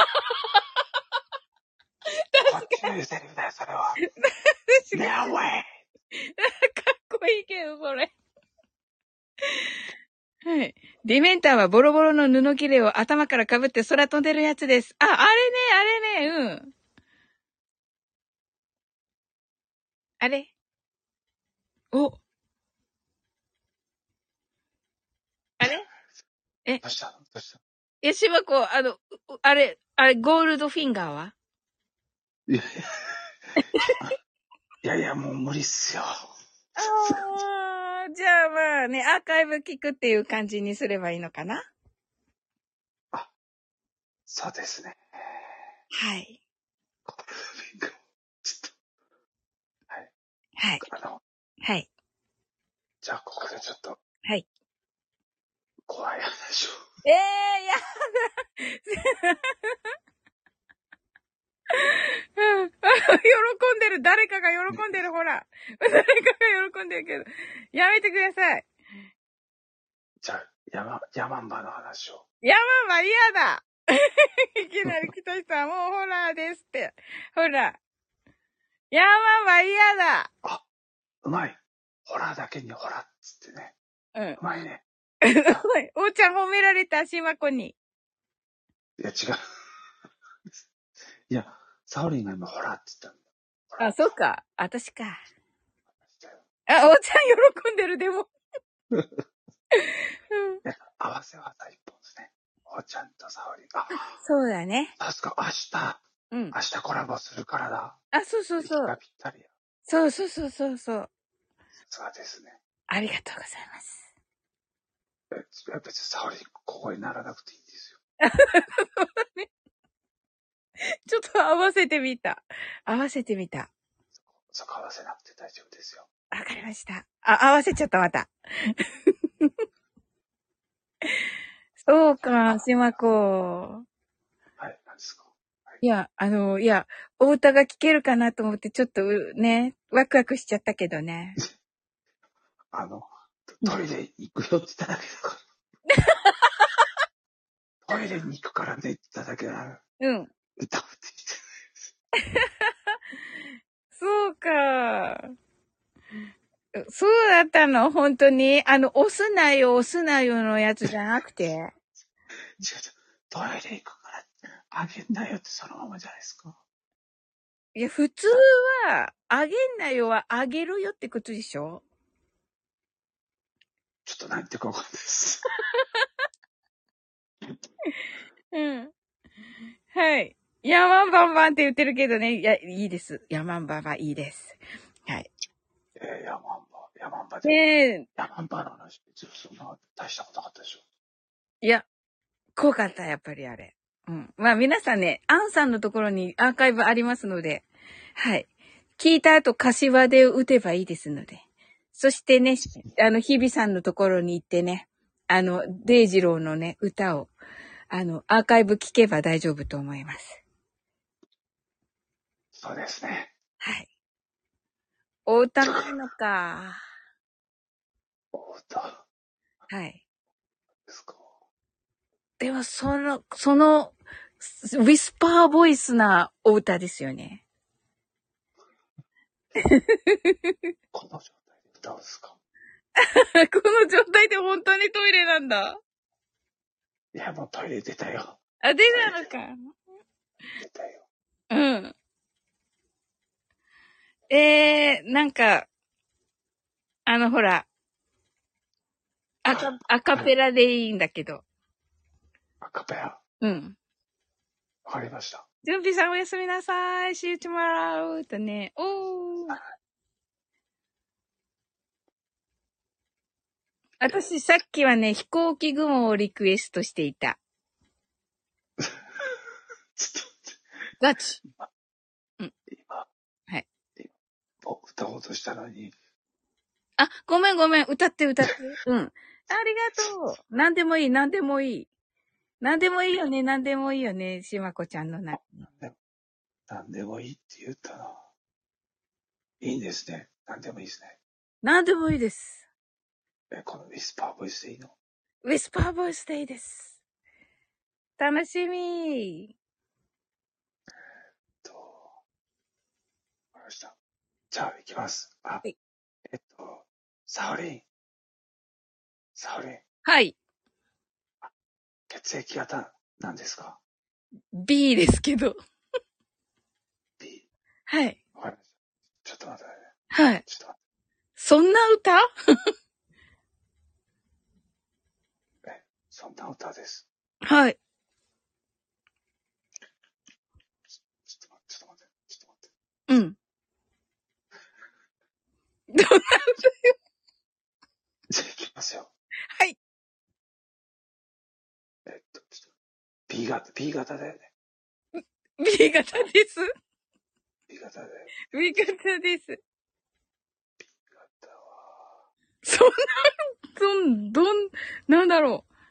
こっちの言うセリフだよ、それは。No way! かっこいいけど、それ。はい。ディメンターはボロボロの布切れを頭から被って空飛んでるやつです。あ、あれね、あれね、うん。あれ？お。あれ？え。 どうしたの？どうしたの？ え、しばこ、あの、あれ、あれ、ゴールドフィンガーはいやいや、いやいや、もう無理っすよ。ああ、じゃあまあね、アーカイブ聞くっていう感じにすればいいのかな？ あ、そうですね。 はい。 ゴールドフィンガー。ちょっと。はい。 はい。 あの、 はい。 じゃあ、ここでちょっと。 はい。 怖い話を。 ええー、やだ。うん、喜んでる。誰かが喜んでる、ほら。誰かが喜んでるけど。やめてください。 じゃあ、ヤマ、ヤマンバの話を。 ヤマンバ嫌だ。いきなり来た人はもうホラーですって。ほら。ヤマンバ嫌だ。 あ、うまい。ホラーだけにホラーっつってね。うん。うまいね。 おーちゃん褒められた、しまこに。 いや、違う。いや、サオリンが今ホラーって言ったんだ。 あ、そうか。私か。あ、おーちゃん喜んでる、でも。 うん、いや、合わせ技一本ですね。おーちゃんとサオリン。あ、 そうだね。 確か明日。うん。明日コラボするからだ。 あ、そうそうそう。 がぴったりや。 そうそうそうそうそう。 そうですね。 ありがとうございます。 別に沙織、ここにならなくていいんですよ。 ちょっと合わせてみた。合わせてみた。 そこ合わせなくて大丈夫ですよ。 わかりました。あ、合わせちゃったまた。そうか、しまこ。 はい、何ですか、はい、 いや、あの、いや、お歌が聴けるかなと思って、ちょっとね、ワクワクしちゃったけどね。 あの、トイレ行くよって言っただけだから。トイレに行くからねって言っただけだから。 うん。 歌うって言ってないです。 そうか。そうだったの本当にあの、押すなよ、押すなよのやつじゃなくて。違う違う。 トイレ行くから、あげんなよってそのままじゃないですか。 いや、普通は、あげんなよはあげるよってことでしょ？ ちょっと何言ってるかわかんないです。 うん。はい。ヤマンバンバンって言ってるけどね。いや、いいです。ヤマンバンバンいいです。はい。 えー、ヤマンバ、ヤマンバで。 ねえ。 ヤマンバの話、別にそんな大したことなかったでしょ。 いや、濃かった、やっぱりあれ。うん。まあ皆さんね、アンさんのところにアーカイブありますので、はい。聞いた後、柏で打てばいいですので。そしてね、あの、日々さんのところに行ってね、あの、デイジローのね、歌を、あの、アーカイブ聞けば大丈夫と思います。 そうですね。 はい。お歌ないのか。 お歌。 はい。 ですか。でも、その、その、ウィスパーボイスなお歌ですよね。 この状態で歌うんですか？ この状態で本当にトイレなんだ。 いや、もうトイレ出たよ。 あ、出たのか。 出たよ。 うん。えー、なんか、あの、ほら、アカ、アカペラでいいんだけど。 アカペラ。 うん。 わかりました。 準備さんおやすみなさい。See you tomorrow. とね。おー。私さっきはね、飛行機雲をリクエストしていた。 ちょっと待って。 ガチ。 今、 うん。 今。 はい。 お、歌おうとしたのに。 あ、ごめんごめん。歌って歌って。うん。ありがとう。なんでもいい、なんでもいい。なんでもいいよね、なんでもいいよね、しまこちゃんの中に。 なんでもいいって言ったな。いいんですね。なんでもいいですね。 なんでもいいです。 え、このウィスパーボイスでいいの？ ウィスパーボイスでいいです。楽しみ。 えっと、わかりました。じゃあ、行きます。あ、はい、えっと、サオリン。サオリン。 はい。 血液型なんですか？ B ですけど。 B。 はい。 わかりました。ちょっと待ってね。 はい。 ちょっと待って。 そんな歌え、そんな歌です。 はい。 ちょっと待って、ちょっと待って、ちょっと待って。 うん。どんな歌よ。 じゃあ、行きますよ。 はい。 えっと、ちょっと、B 型、B 型だよね。 B 型です。 B 型だよ。 B 型です。 B 型は。 そんな、どん、どん、なんだろう。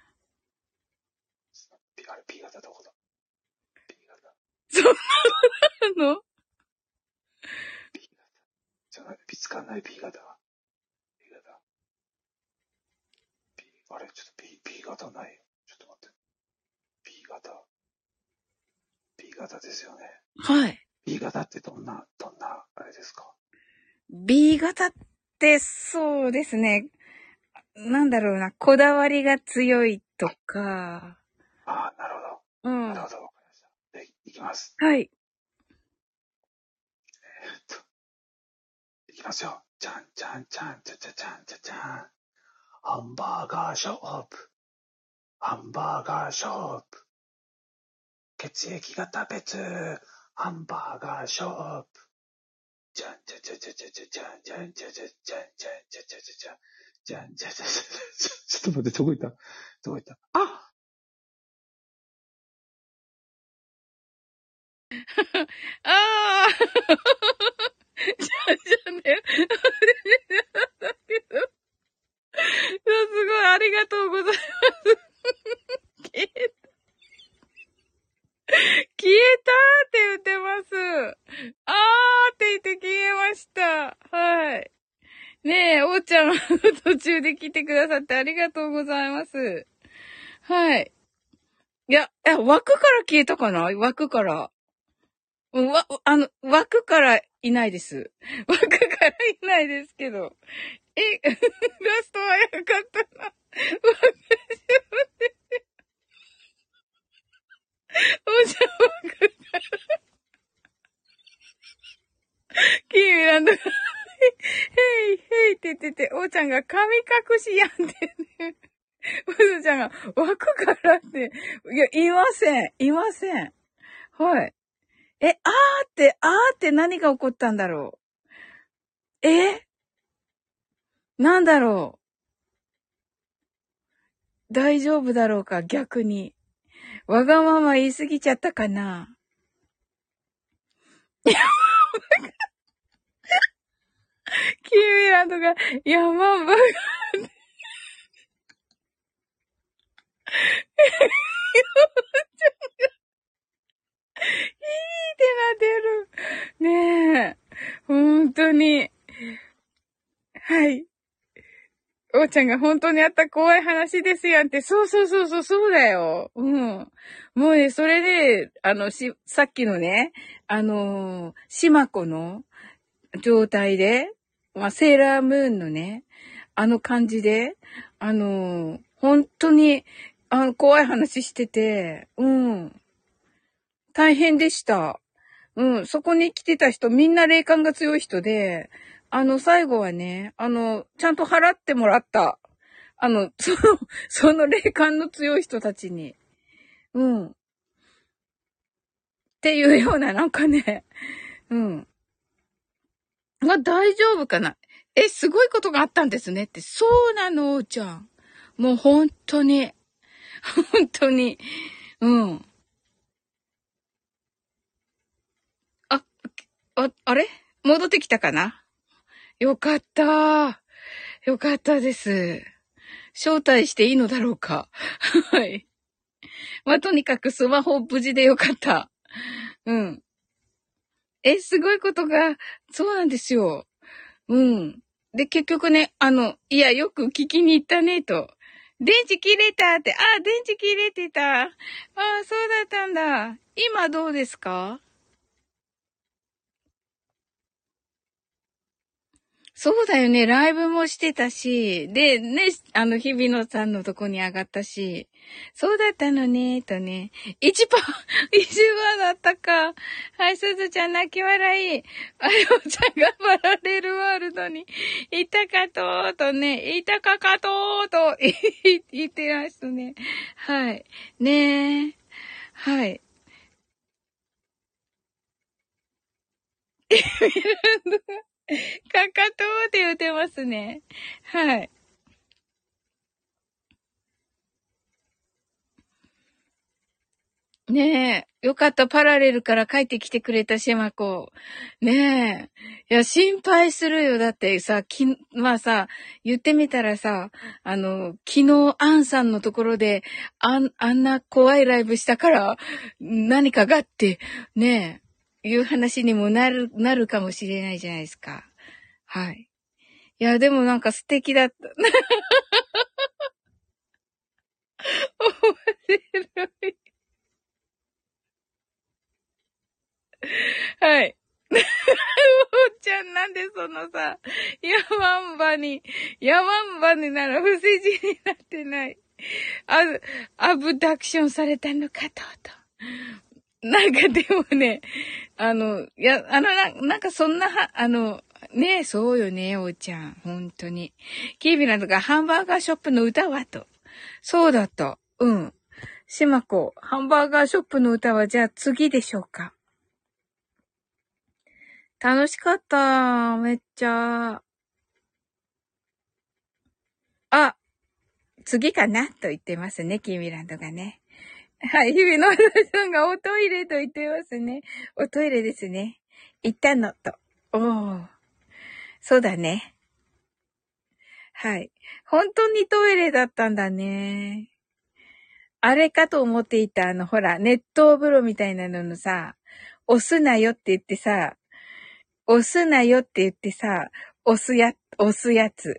あれ、B 型どこだ？ B 型。 そんなの B 型。じゃない、見つかんない B 型は。B 型。B、あれ、ちょっと B、B 型ないよ。ちょっと待って。B 型。B 型ですよね。 はい。 B 型ってどんな、どんな、あれですか？ B 型ってそうですね。なんだろうな、こだわりが強いとか。 ああ、なるほど。うん。なるほど、わかりました。で、いきます。 はい。 えー、っと、いきますよ。じゃんじゃんじゃんじゃじゃじゃんじゃじゃん。ハンバーガーショップ。ハンバーガーショップ。血液型別。ハンバーガーショップ。じゃんじゃじゃじゃじゃじゃじゃんじゃんじゃじゃじゃんじゃんじゃじゃじゃじゃん。 じゃあ、じゃあ、じゃあ、ちょっと待って、どこ行ったどこ行ったあああじゃあ、じゃあね。すごい、ありがとうございます。消えた。消えたって言ってます。あーって言って消えました。はい。ねえ、おーちゃん、途中で来てくださってありがとうございます。はい。いや、いや、枠から消えたかな枠から。わ、あの、枠からいないです。枠からいないですけど。え、ラスト早かったな。おじゃ枠から。キーミランドが、ヘイ、ヘイって言ってて、おーちゃんが神隠しやんってね。おずちゃんが枠からって、いや、いません。いません。はい。え、あーって、あーって何が起こったんだろう。えなんだろう。大丈夫だろうか、逆に。わがまま言い過ぎちゃったかな。キーミランドが山場がいいってなってる。ねえ。本当に。はい。おーちゃんが本当にあった怖い話ですやんって。そうそうそうそう、そうだよ。うん。もうね、それで、あの、し、さっきのね、あのー、しまこの状態で、まあ、セーラームーンのね、あの感じで、あのー、本当に、あの、怖い話してて、うん。大変でした。うん、そこに来てた人、みんな霊感が強い人で、あの、最後はね、あの、ちゃんと払ってもらった。あの、その、その霊感の強い人たちに。うん。っていうような、なんかね、うん。まあ、大丈夫かな。え、すごいことがあったんですねって。そうなの、おーちゃん。もう本当に、本当に、うん。あ、あ、あれ戻ってきたかなよかった。よかったです。招待していいのだろうか。はい。まあ、とにかくスマホ無事でよかった。うん。え、すごいことが、そうなんですよ。うん。で、結局ね、あの、いや、よく聞きに行ったね、と。電池切れたって、あ、電池切れてた。あ、そうだったんだ。今どうですか？そうだよね。ライブもしてたし、で、ね、あの、日比野さんのとこに上がったし、そうだったのね、とね。一番、一番だったか。はい、すずちゃん泣き笑い。あよちゃんがパラレルワールドにいたかと、とね、いたかかと、と言ってますね。はい。ねえ。はい。かかとって言ってますね。はい。ねえ。よかった。パラレルから帰ってきてくれたシマ子。ねえ。いや、心配するよ。だってさ、き、まあさ、言ってみたらさ、あの、昨日アンさんのところで、あん、あんな怖いライブしたから、何かがって、ねえ、いう話にもなる、なるかもしれないじゃないですか。はい。いや、でもなんか素敵だった。面白い。はい。おーちゃんなんでそのさ、ヤマンバに、ヤマンバになら不正字になってない。あ、アブダクションされたのかと、と。なんかでもね、あの、いや、あの、ななんかそんなは、あの、ねえ、そうよね、おーちゃん。本当に。キービラとかハンバーガーショップの歌はと。そうだった。うん。しまこ、ハンバーガーショップの歌はじゃあ次でしょうか。楽しかった。めっちゃ。 あ、次かなと言ってますね、キーミランドがね。はい、日々の私さんがおトイレと言ってますね。おトイレですね。行ったのと。おー。そうだね。はい。本当にトイレだったんだね。あれかと思っていた、あの、ほら、熱湯風呂みたいなののさ、押すなよって言ってさ、押すなよって言ってさ、押すや、押すやつ。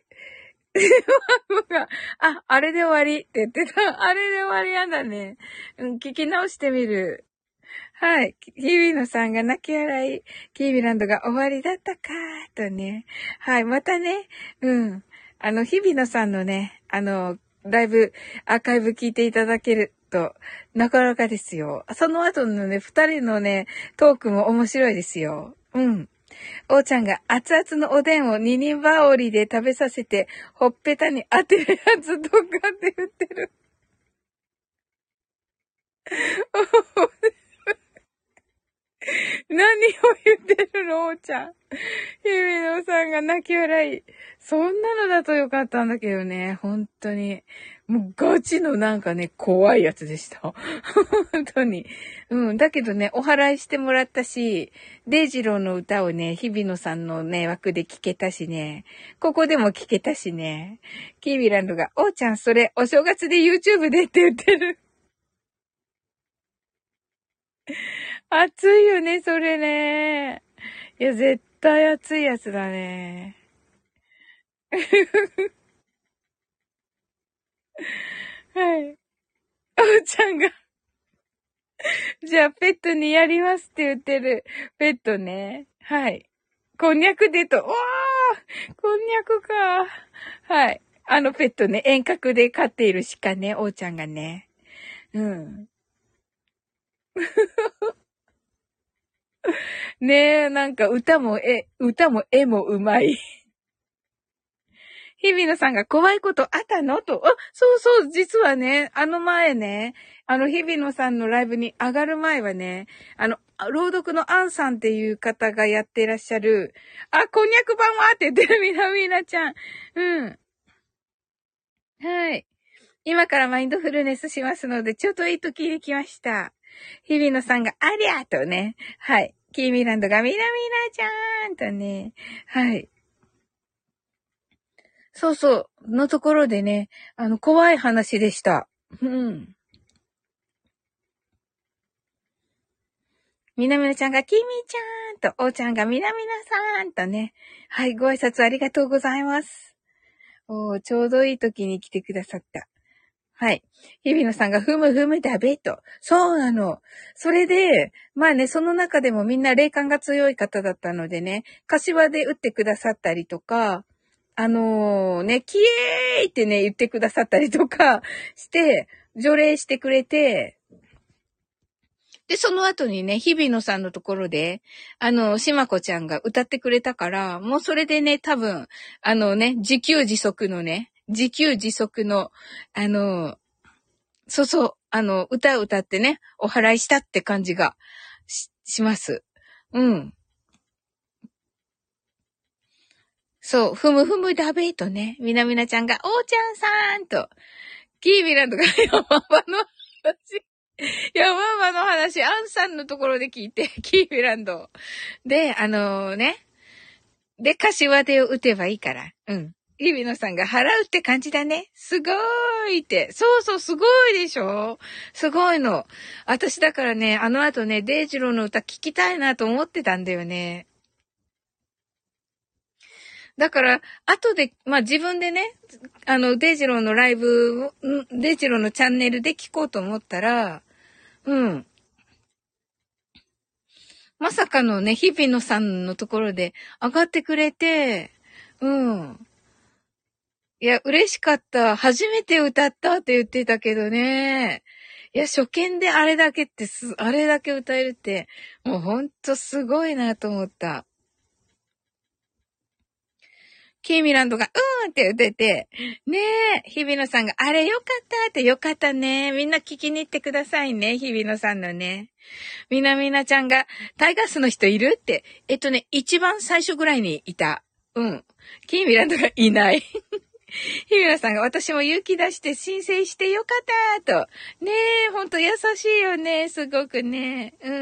あ、あれで終わりって言ってた。あれで終わりやだね。うん、聞き直してみる。はい。日比野さんが泣き笑い。キービランドが終わりだったかーとね。はい。またね、うん。あの、日比野さんのね、あの、ライブ、アーカイブ聞いていただけると、なかなかですよ。その後のね、二人のね、トークも面白いですよ。うん。おーちゃんが熱々のおでんを二人羽織で食べさせて、ほっぺたに当てるやつとかって言ってる。何を言ってるの、おーちゃん。ひみのさんが泣き笑い。そんなのだとよかったんだけどね、本当に。もうガチのなんかね、怖いやつでした。本当に。うん。だけどね、お祓いしてもらったし、デイジローの歌をね、日比野さんのね、枠で聴けたしね、ここでも聴けたしね、キービランドが、おーちゃんそれ、お正月で YouTube でって言ってる。熱いよね、それね。いや、絶対熱いやつだね。はい。おーちゃんがじゃあ、ペットにやりますって言ってる。ペットね。はい。こんにゃくでと、おーこんにゃくか。はい。あのペットね、遠隔で飼っている鹿ね、おーちゃんがね。うん。ねえ、なんか歌もえ、歌も絵もうまい。日比野さんが怖いことあったのと、あ、そうそう、実はね、あの前ね、あの日比野さんのライブに上がる前はね、あの、朗読のアンさんっていう方がやってらっしゃる、あ、こんにゃく版はって言ってるみなみなちゃん。うん。はい。今からマインドフルネスしますので、ちょっといい時に来ました。日比野さんがありゃーとね、はい。キーミランドがみなみなちゃんとね、はい。そうそう、のところでね、あの、怖い話でした。うん。みなみなちゃんが、きみちゃんと、おーちゃんがみなみなさんとね。はい、ご挨拶ありがとうございます。おー、ちょうどいい時に来てくださった。はい。日比野さんが、ふむふむだべと。そうなの。それで、まあね、その中でもみんな霊感が強い方だったのでね、柏で打ってくださったりとか、あのー、ね、キエーイってね、言ってくださったりとかして、除霊してくれて、で、その後にね、日比野さんのところで、あの、しまこちゃんが歌ってくれたから、もうそれでね、多分、あのね、自給自足のね、自給自足の、あの、そうそう、あの、歌を歌ってね、お祓いしたって感じがし、します。うん。そう、ふむふむだべーとね、みなみなちゃんが、おーちゃんさんと、キーミランドが山場の話、山場の話、アンさんのところで聞いて、キーミランド。で、あのー、ね、で、柏手を打てばいいから。うん。日比野さんが払うって感じだね。すごーいって。そうそう、すごいでしょ？すごいの。私だからね、あの後ね、デイジローの歌聞きたいなと思ってたんだよね。だから、後で、まあ、自分でね、あの、デイジローのライブ、デイジローのチャンネルで聞こうと思ったら、うん。まさかのね、日比野さんのところで上がってくれて、うん。いや、嬉しかった。初めて歌ったって言ってたけどね。いや、初見であれだけってす、あれだけ歌えるって、もうほんとすごいなと思った。キーミランドが、うーんって言ってて、ねえ、日比野さんが、あれよかったってよかったね。みんな聞きに行ってくださいね、日比野さんのね。みなみなちゃんが、タイガースの人いるって、えっとね、一番最初ぐらいにいた。うん。キーミランドがいない。 日比野さんが私も勇気出して申請してよかったと。ねえ、ほんと優しいよね。すごくね。うん。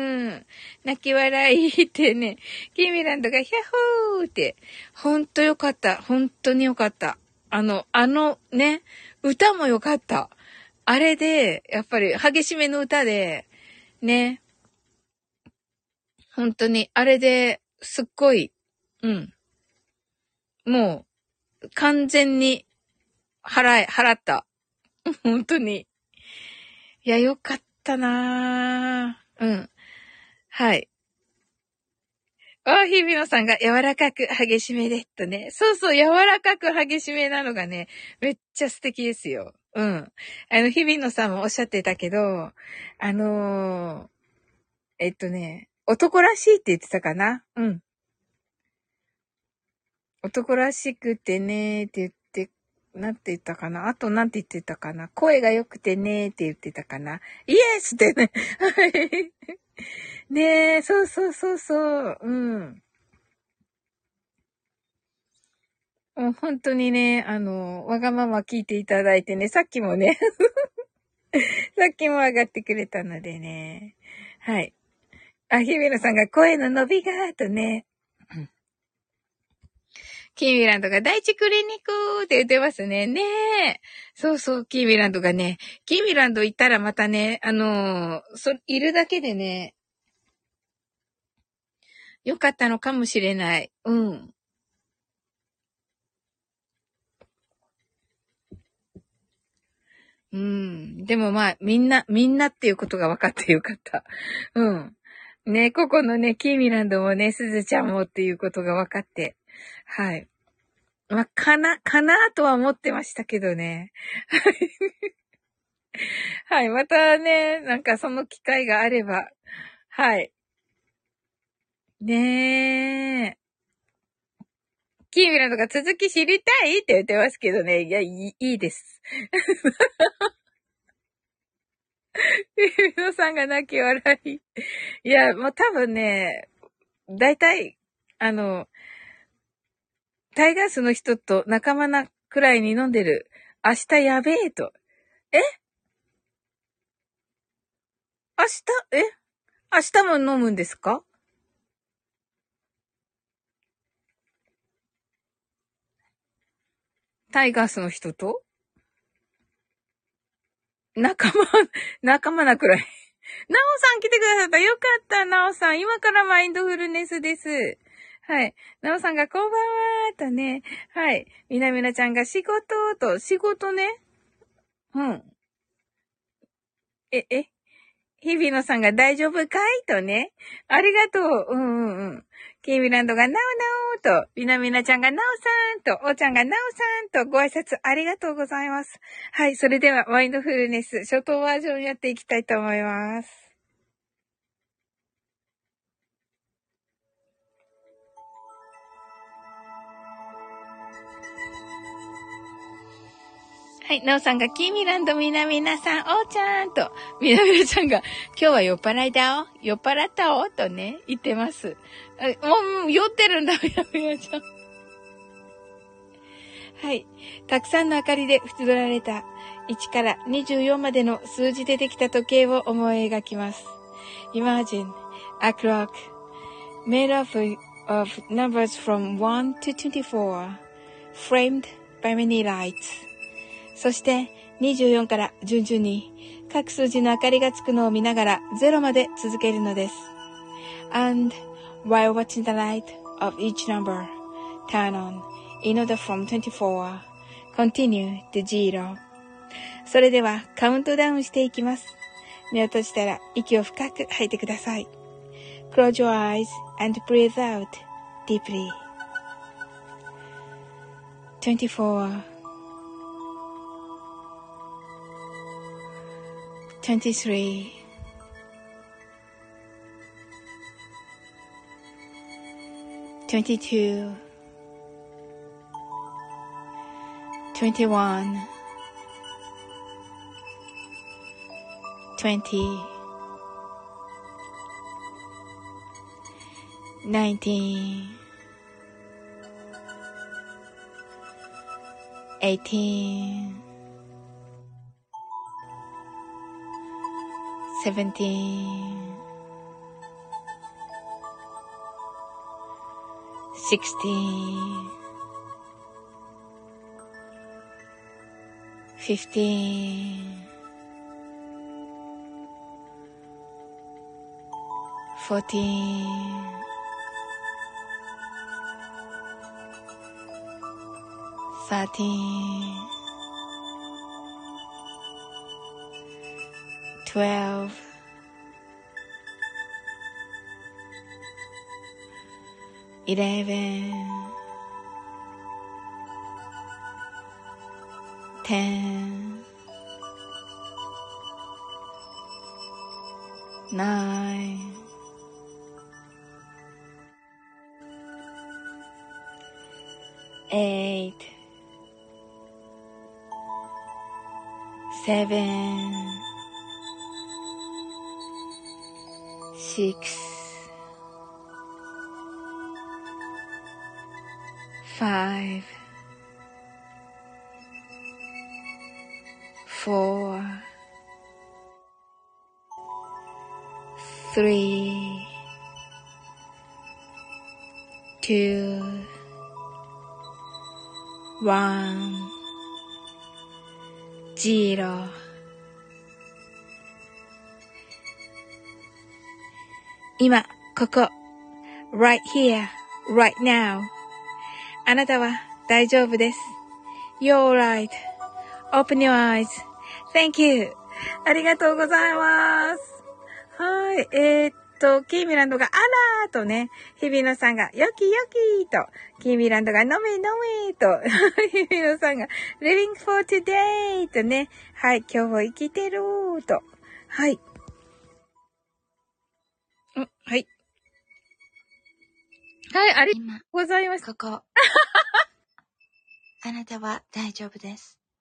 泣き笑いってね。キーミランドがヒャッホーって。ほんとよかった。ほんとによかった。あの、あのね、歌もよかった。あれで、やっぱり激しめの歌で、ね。本当に、あれで、すっごい、うん。もう、完全に、払え、払った。本当に。いや、よかったなぁ。うん。はい。あ、日比野さんが柔らかく激しめで、とね。そうそう、柔らかく激しめなのがね、めっちゃ素敵ですよ。うん。あの、日比野さんもおっしゃってたけど、あのー、えっとね、男らしいって言ってたかな？うん。男らしくてねーって言って、なんて言ったかな？あとなんて言ってたかな？声が良くてねーって言ってたかな？イエスってね。はい。ねえ、そうそうそうそう。うん。もう本当にね、あの、わがまま聞いていただいてね、さっきもね、さっきも上がってくれたのでね。はい。あ、日比野さんが声の伸びがーとね。キーミランドが第一クリニックって言ってますね。ねえ。そうそう、キーミランドがね、キーミランド行ったらまたね、あのー、そ、いるだけでね、よかったのかもしれない。うん。うん。でもまあ、みんな、みんなっていうことが分かってよかった。うん。ね、ここのね、キーミランドもね、すずちゃんもっていうことが分かって。はい。まあ、かな、かなとは思ってましたけどね。はい。またね、なんかその機会があれば。はい。ねえ。キーミランドが続き知りたいって言ってますけどね。いや、いい、いいです。ミノさんが泣き笑い。いや、もう多分ね、だいたい、あの、タイガースの人と仲間なくらいに飲んでる。明日やべえと。え明日、え明日も飲むんですか？タイガースの人と仲間、仲間なくらい。なおさん来てくださった。よかった、なおさん。今からマインドフルネスです。はい。なおさんがこんばんはーとね。はい。みなみなちゃんが仕事と、仕事ね。うん。え、え、日比野さんが大丈夫かいとね。ありがとう。うんうんうん。キーミランドがなおなおと、みなみなちゃんがなおさんと、おーちゃんがなおさんとご挨拶ありがとうございます。はい。それでは、マインドフルネス、初等バージョンやっていきたいと思います。はい。なおさんが、キーミランドみなみなさん、おーちゃんと、みなみなちゃんが、今日は酔っ払いだお酔っ払ったおとね、言ってます。あもう、もう酔ってるんだ、みなみなちゃん。はい。たくさんの明かりで縁取られた、いちからにじゅうよんまでの数字でできた時計を思い描きます。Imagine a clock made of, of numbers from one to twenty-four, framed by many lights. そしてにじゅうよんから順々に各数字の明かりがつくのを見ながらゼロまで続けるのです。And while watching the light of each number turn on in order from twenty-four, continue to zero. それではカウントダウンしていきます。目を閉じたら息を深く吐いてください。Close your eyes and breathe out deeply. twenty-four.twenty-three, twenty-two, twenty-one, twenty, nineteen, eighteen, seventeen, sixteen, fifteen, fourteen, thirteen, twelve, eleven, ten, nine, eight, seven, six, five, four, three, two, one, zero。今、ここ、right here, right now。あなたは大丈夫です。You're right.Open your eyes. Thank you. ありがとうございます。はい。えー、っと、キーミランドがあらーとね、日比野さんがよきよきーと、キーミランドが飲め飲めーと、日比野さんが living for today とね、はい。今日も生きてるーと、はい。ん、はい。はい、ありがとうございます。 ここ。あなたは大丈夫です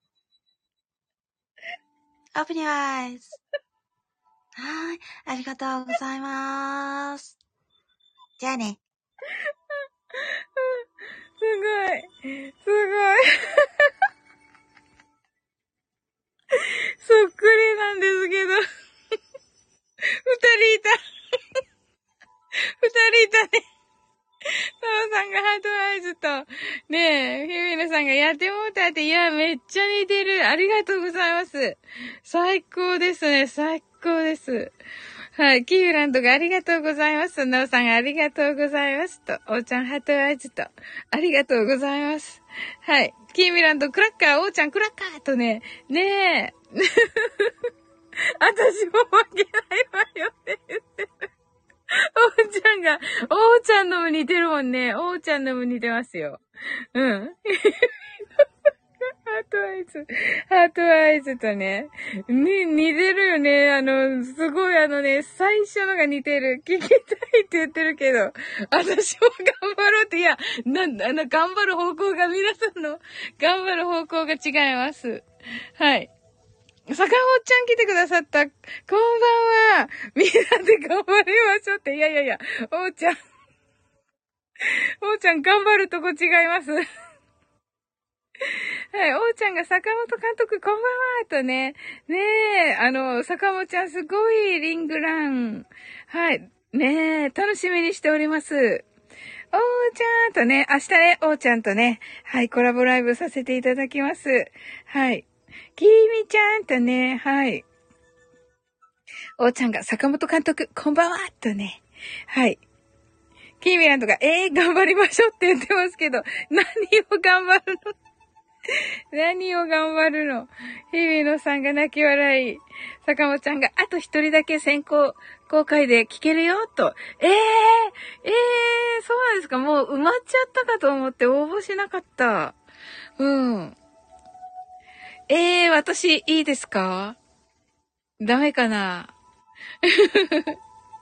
。Open your eyes. はい。ありがとうございます。じゃあね。 すごい。すごい。そっくりなんですけど。二人いた。二人いたね。タオさんがハートアイズと、ねえ、フィミナさんがやってもうたって、いや、めっちゃ似てる。ありがとうございます。最高ですね。最高です。はい。キーフランドがありがとうございます。ナオさんがありがとうございますと、おーちゃんハートアイズと、ありがとうございます。はい。キーミランドクラッカー、おーちゃんクラッカーとね、ねえ。私も負けないわよって言ってる。おーちゃんが、おーちゃんのも似てるもんね。おーちゃんのも似てますよ。うん。ハートアイズ。ハートアイズとね。ね、似てるよね。あの、すごいあのね、最初のが似てる。聞きたいって言ってるけど、私も頑張ろうって、いや、なんだ、あの、頑張る方向が、皆さんの頑張る方向が違います。はい。坂本ちゃん来てくださった。こんばんは。みんなで頑張りましょうって。いやいやいや、おーちゃん。おーちゃん頑張るとこ違います。はい、おーちゃんが坂本監督こんばんはとね。ねえ、あの、坂本ちゃんすごいリングラン。はい。ねえ、楽しみにしております。おーちゃんとね、明日ね、おーちゃんとね、はい、コラボライブさせていただきます。はい。きみちゃんとね、はい。おーちゃんが坂本監督、こんばんはとね。はい。キーミランドが、えー、頑張りましょうって言ってますけど、何を頑張るの何を頑張るの日比野さんが泣き笑い。坂本ちゃんが、あと一人だけ先行公開で聞けるよと。えー、えー、そうなんですか。もう埋まっちゃったかと思って応募しなかった。うん。えー、私、いいですか？ダメかな？ OK って、やったーや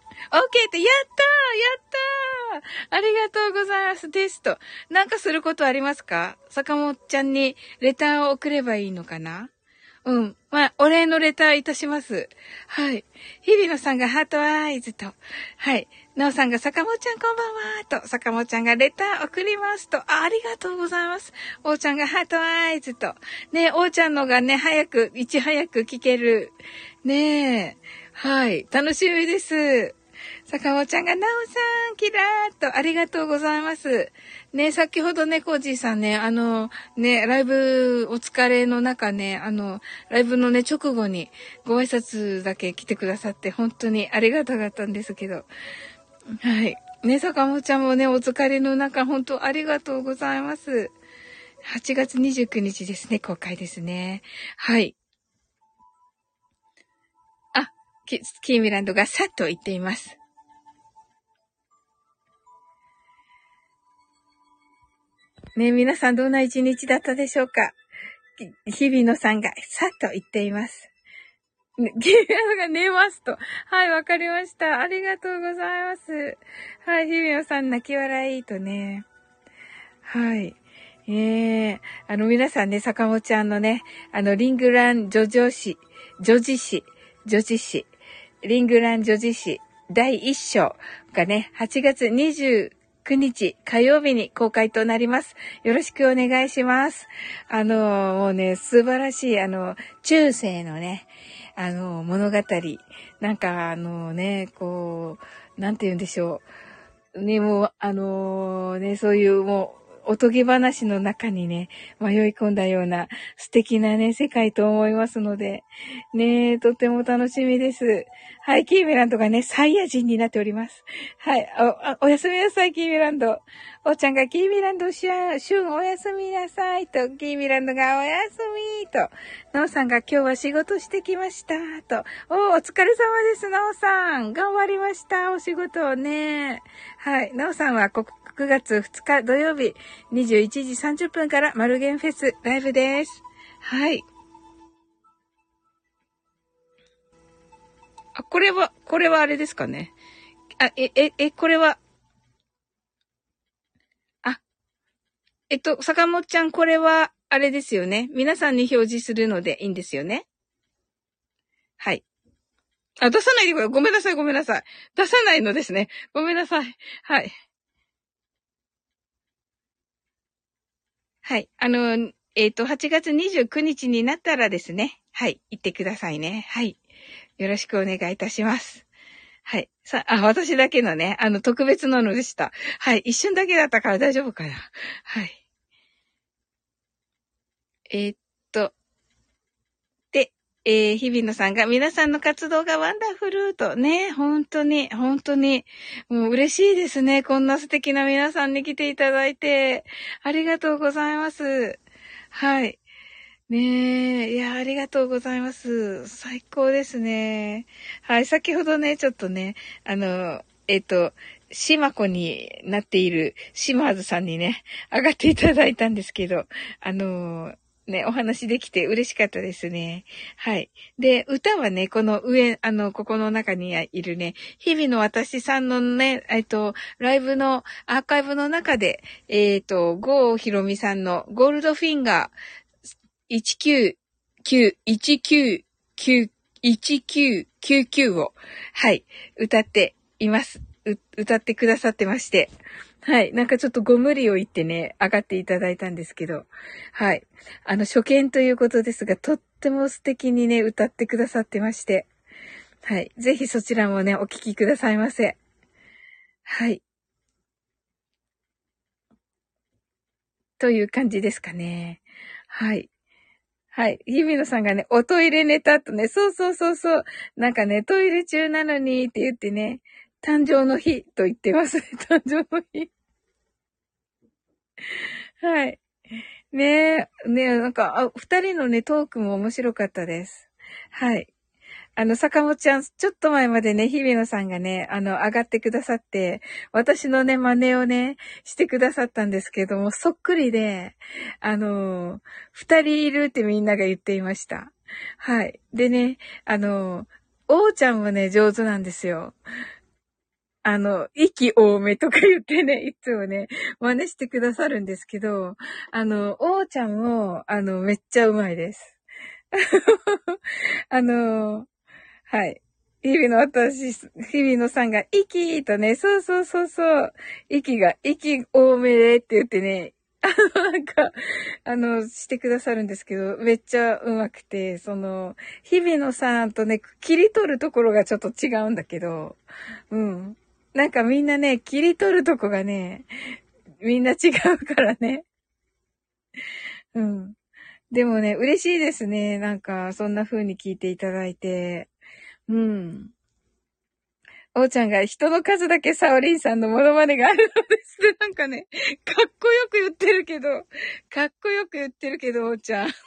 ったーありがとうございますですと。なんかすることありますか？坂本ちゃんにレターを送ればいいのかな？ うん。まあ、お礼のレターいたします。はい。日比野さんがハートアイズと。はい。なおさんが坂本ちゃんこんばんはと。坂本ちゃんがレター送りますと。あ、ありがとうございます。おーちゃんがハートアイズと。ね、おーちゃんのがね、早く、いち早く聞ける。ねえ。はい。楽しみです。坂本ちゃんが、なおさん、キラーっと、ありがとうございます。ね、先ほどね、コージーさんね、あの、ね、ライブお疲れの中ね、あの、ライブのね、直後にご挨拶だけ来てくださって、本当にありがたかったんですけど。はい。ね、坂本ちゃんもね、お疲れの中、本当ありがとうございます。はちがつにじゅうくにちですね、公開ですね。はい。あ、キ, キーミランドがさっと言っています。ね、皆さんどんな一日だったでしょうか。日比野さんがさっと言っています。ね、キーミランドが寝ますと。はい、わかりました。ありがとうございます。はい、日比野さん泣き笑いとね。はい。ええー、あの皆さんね、坂本ちゃんのね、あの、リングラン女女子、女児誌、女児誌、リングラン女児誌だいいっ章がね、はちがつにじゅうくにち火曜日に公開となります。よろしくお願いします。あの、もうね、素晴らしい、あの、中世のね、あの、物語。なんか、あのね、こう、なんて言うんでしょう。ね、もう、あのね、そういうもう、おとぎ話の中にね、迷い込んだような素敵なね、世界と思いますので、ね、とっても楽しみです。はい、キーミランドがね、サイヤ人になっております。はい、お、おやすみなさい、キーミランド。おーちゃんがキーミランド、シュン、シュン、おやすみなさいと、キーミランドがおやすみと、ノーさんが今日は仕事してきましたと、おー、お疲れ様です、ノーさん。頑張りました、お仕事をね。はい、ノーさんはここ、くがつふつか土曜日にじゅういちじさんじゅっぷんからマルゲンフェスライブです。はい。あ、これは、これはあれですかね。あ、え、え、え、これは、あ、えっと、坂本ちゃん、これは、あれですよね。皆さんに表示するのでいいんですよね。はい。あ、出さないでください。ごめんなさい、ごめんなさい。出さないのですね。ごめんなさい。はい。はい。あの、えっと、はちがつにじゅうくにちになったらですね。はい。言ってくださいね。はい。よろしくお願いいたします。はい。さ、あ、私だけのね、あの、特別なのでした。はい。一瞬だけだったから大丈夫かな。はい。えー、っと、で、えー、日比野さんが、皆さんの活動がワンダフルとね、本当に、本当に、もう嬉しいですね。こんな素敵な皆さんに来ていただいて、ありがとうございます。はい。ねえ、いや、ありがとうございます。最高ですね。はい、先ほどね、ちょっとね、あの、えっと、しまこになっているしまーずさんにね、上がっていただいたんですけど、あの、ね、お話できて嬉しかったですね。はい。で、歌はね、この上、あの、ここの中にいるね、日々の私さんのね、えっと、ライブのアーカイブの中で、えっと、ゴーひろみさんのゴールドフィンガー、いちきゅうきゅう、いちきゅうきゅう、いちきゅうきゅうきゅうを、はい、歌っています。う、歌ってくださってまして。はい。なんかちょっとご無理を言ってね、上がっていただいたんですけど。はい。あの、初見ということですが、とっても素敵にね、歌ってくださってまして。はい。ぜひそちらもね、お聞きくださいませ。はい。という感じですかね。はい。はい。日比野さんがね、おトイレ寝たとね、そうそうそうそう。なんかね、トイレ中なのにって言ってね、誕生の日と言ってます。誕生の日。はい。ねえ、ねえ、なんか、あ、二人のね、トークも面白かったです。はい。あの、坂本ちゃん、ちょっと前までね、日比野さんがね、あの、上がってくださって、私のね、真似をね、してくださったんですけども、そっくりで、あの、二人いるってみんなが言っていました。はい。でね、あの、おーちゃんもね、上手なんですよ。あの、息多めとか言ってね、いつもね、真似してくださるんですけど、あの、おーちゃんも、あの、めっちゃうまいです。 あのー、はい。日々の私、日々のさんが、息とね、そうそうそうそう、息が、息多めでって言ってね、あの、なんか、あの、してくださるんですけど、めっちゃ上手くて、その、日々のさんとね、切り取るところがちょっと違うんだけど、うん。なんかみんなね、切り取るとこがね、みんな違うからね。うん。でもね、嬉しいですね。なんか、そんな風に聞いていただいて。うん。おーちゃんが人の数だけサオリンさんのモノマネがあるのですって、なんかね、かっこよく言ってるけど、かっこよく言ってるけど、おーちゃん。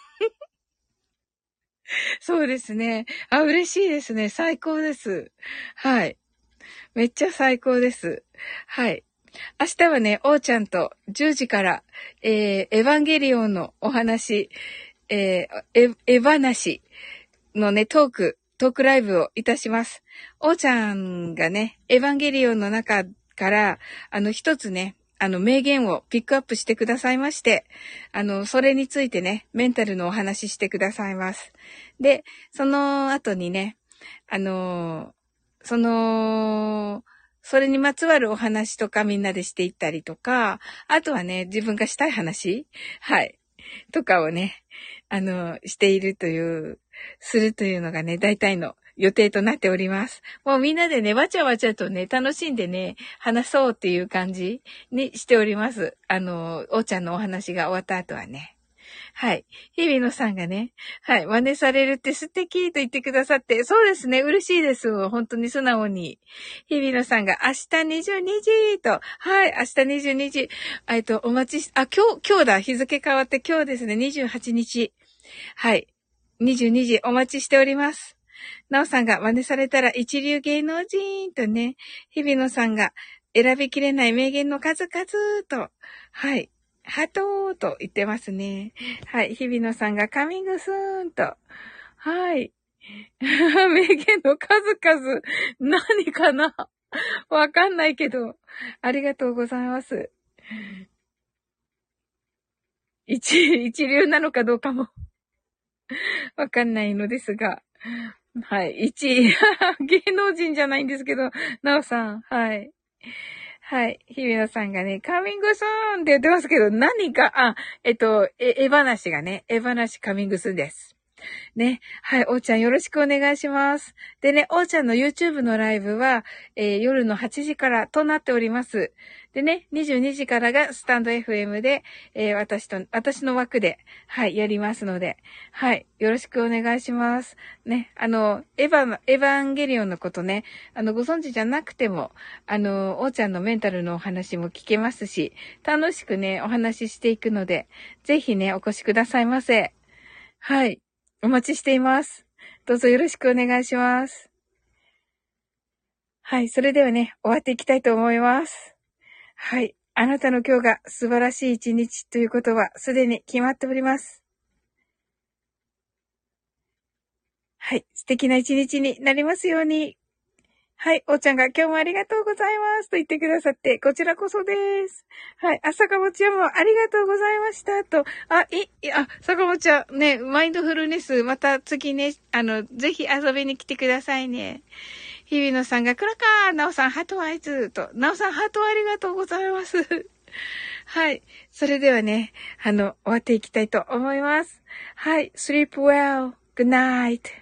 そうですね。あ、嬉しいですね。最高です。はい。めっちゃ最高です。はい。明日はね、おーちゃんとじゅうじから、えー、エヴァンゲリオンのお話、えー、エ、エヴァなしのね、トーク、トークライブをいたします。おーちゃんがね、エヴァンゲリオンの中から、あの、一つね、あの、名言をピックアップしてくださいまして、あの、それについてね、メンタルのお話ししてくださいます。で、その後にね、あの、その、それにまつわるお話とかみんなでしていったりとか、あとはね、自分がしたい話はい。とかをね、あの、しているという、するというのがね、大体の予定となっております。もうみんなでね、わちゃわちゃとね、楽しんでね、話そうっていう感じにしております。あの、おーちゃんのお話が終わった後はね。はい。日々野さんがね、はい、真似されるって素敵と言ってくださって、そうですね、嬉しいです。本当に素直に。日々野さんが明日にじゅうにじと、はい、明日にじゅうにじ、えっと、お待ちし、あ、今日、今日だ、日付変わって今日ですね、にじゅうはちにち。はい、にじゅうにじお待ちしております。なおさんが真似されたら一流芸能人とね、日々野さんが選びきれない名言の数々と、はい。ハトーと言ってますね。はい。日比野さんがカミングスーンと。はい。名言の数々、何かなわかんないけど、ありがとうございます。一、一流なのかどうかもわかんないのですが。はい。一、芸能人じゃないんですけど、なおさん、はい。はい。日比野さんがね、カミングスーンって言ってますけど、何か、あ、えっと、え、絵話がね、絵話カミングスーンです。ね。はい。おーちゃんよろしくお願いします。でね、おーちゃんの YouTube のライブは、えー、夜のはちじからとなっております。でね、にじゅうにじからがスタンド エフエム で、えー、私と、私の枠で、はい、やりますので、はい。よろしくお願いします。ね。あの、エヴァ、エヴァンゲリオンのことね、あの、ご存知じゃなくても、あの、おーちゃんのメンタルのお話も聞けますし、楽しくね、お話ししていくので、ぜひね、お越しくださいませ。はい。お待ちしています。どうぞよろしくお願いします。はい。それではね、終わっていきたいと思います。はい。あなたの今日が素晴らしい一日ということはすでに決まっております。はい。素敵な一日になりますように。はい。おーちゃんが今日もありがとうございますと言ってくださって、こちらこそです。はい。あ、坂本ちゃんもありがとうございましたと。あ、い、い、あ、坂本ちゃんね、マインドフルネス、また次ね、あの、ぜひ遊びに来てくださいね。日比野さんがクラカー、なおさんハートアイズと、なおさんハートありがとうございます。はい。それではね、あの、終わっていきたいと思います。はい。sleep well. Good night.